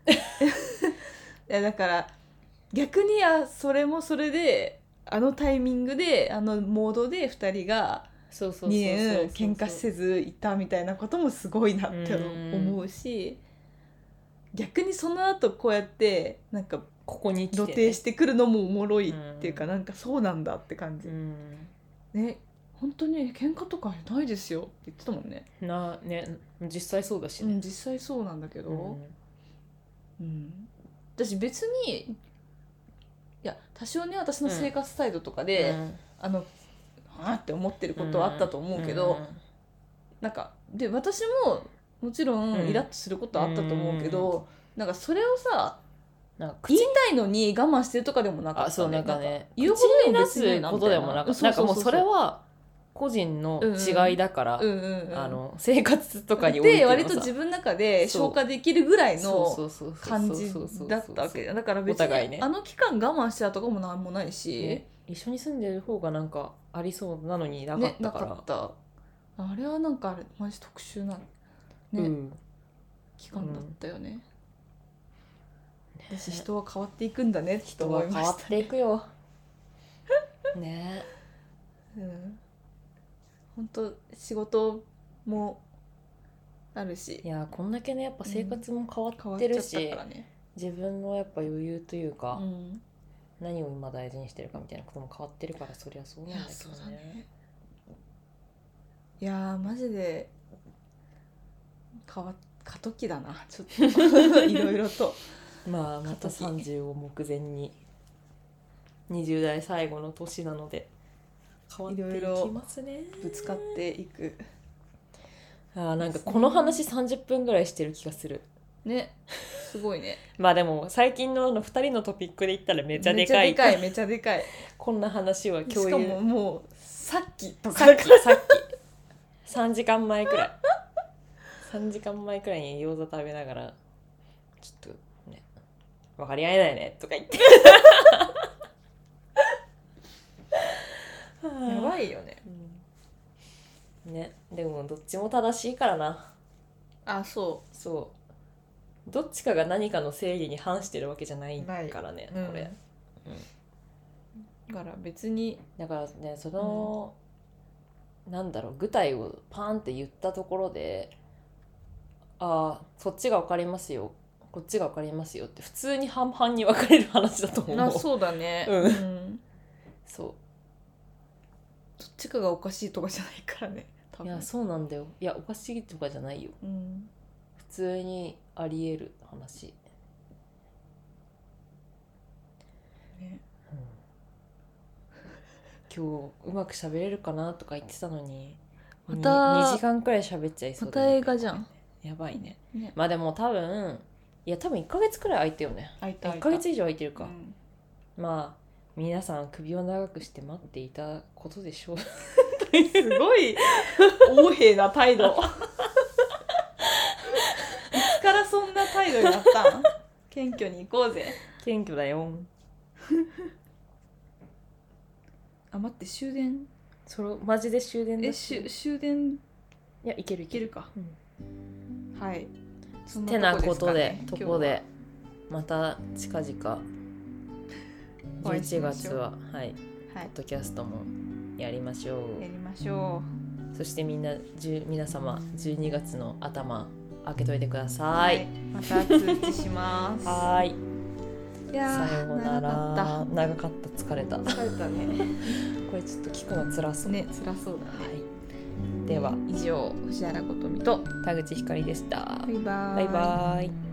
やだから逆にあそれもそれであのタイミングであのモードでふたりがそうそうそうそうにねん喧嘩せずいたみたいなこともすごいなって思うし、逆にその後こうやってなんかここに来て、ね、 露呈してくるのもおもろいっていうか、なんかそうなんだって感じ、 うんね、本当に喧嘩とかないですよって言ってたもんね。 なね実際そうだしね、 うん、実際そうなんだけど、 うんうん、私別にいや多少ね私の生活態度とかで、 うんあのはぁって思ってることはあったと思うけど、 うんなんかで私ももちろんイラッとすることはあったと思うけど、うん、なんかそれをさなんか言いたいのに我慢してるとかでもなかった、ね、 あそうなんかね言うほどでも別にないなみたいな口に出すことでもなかった。なんかもうそれは個人の違いだから、 うんうんうん、 あの生活とかにおいてで割と自分の中で消化できるぐらいの感じだったわけだから別に、ね、あの期間我慢してたとかもなんもないし、 ね、一緒に住んでる方がなんかありそうなのになかったから、ね、なかったあれはなんかあれマジ特殊な、ねうん、期間だったよね、うん、私人は変わっていくんだねって思いました、ね、 人は変わっていくよねえ、うん本当仕事もあるし、 いやこんだけねやっぱ生活も変わってるし、うんね、自分のやっぱ余裕というか、うん、何を今大事にしてるかみたいなことも変わってるからそりゃそうなんだけど ね, い, ねいやマジで変わ過渡期だなちょっといろいろとまあまたさんじゅうを目前ににじゅう代最後の年なので変わっていきますね。 ぶつかっていく。 あなんかこの話さんじゅっぷんぐらいしてる気がするね。すごいね。 まあでも最近のあのふたりのトピックで言ったらめちゃでかい。 めちゃでかいめちゃでかい。 こんな話は共有。 しかももうさっきとかさっきさっきさんじかんまえくらいさんじかんまえくらいに餃子食べながらちょっとね分かり合えないねとか言ってやばいよね、 うん、ねでもどっちも正しいからな。 あそうそうどっちかが何かの正義に反してるわけじゃないからね、うん、これ、 うん、だから別にだからねその、うん、なんだろう具体をパーンって言ったところでああそっちが分かりますよこっちが分かりますよって普通に半々に分かれる話だと思う。 あそうだね、 うんうん、そうどっちかがおかしいとかじゃないからね多分。 いやそうなんだよ。いやおかしいとかじゃないよ、うん、普通にあり得る話、ねうん、今日うまく喋れるかなとか言ってたのにまたにじかんくらい喋っちゃいそうだ、ね、 また映画じゃん。 やばい ね, ねまあでも多分いや多分いっかげつくらい空いてよね。 空いたいっかげつ以上空いてるか、うん、まあ皆さん首を長くして待っていたことでしょうすごい横柄な態度いつからそんな態度になったん謙虚に行こうぜ。 謙虚だよあ待って終電それマジで終電だえし終電いやいけるいけるか、うん、はいそんなとこですかね。てなことでとこでまた近々じゅういちがつははい、はい、ポッドキャストもやりましょうやりましょう。そしてみんな皆様じゅうにがつの頭開けといてください、はい、 また通知しますはいいやさようなら。長かった疲れた疲れたねこれちょっと聞くの辛そうね辛そうだね、はい、 では以上藤原琴美と田口ひかりでした。 バイバーイバイバーイ。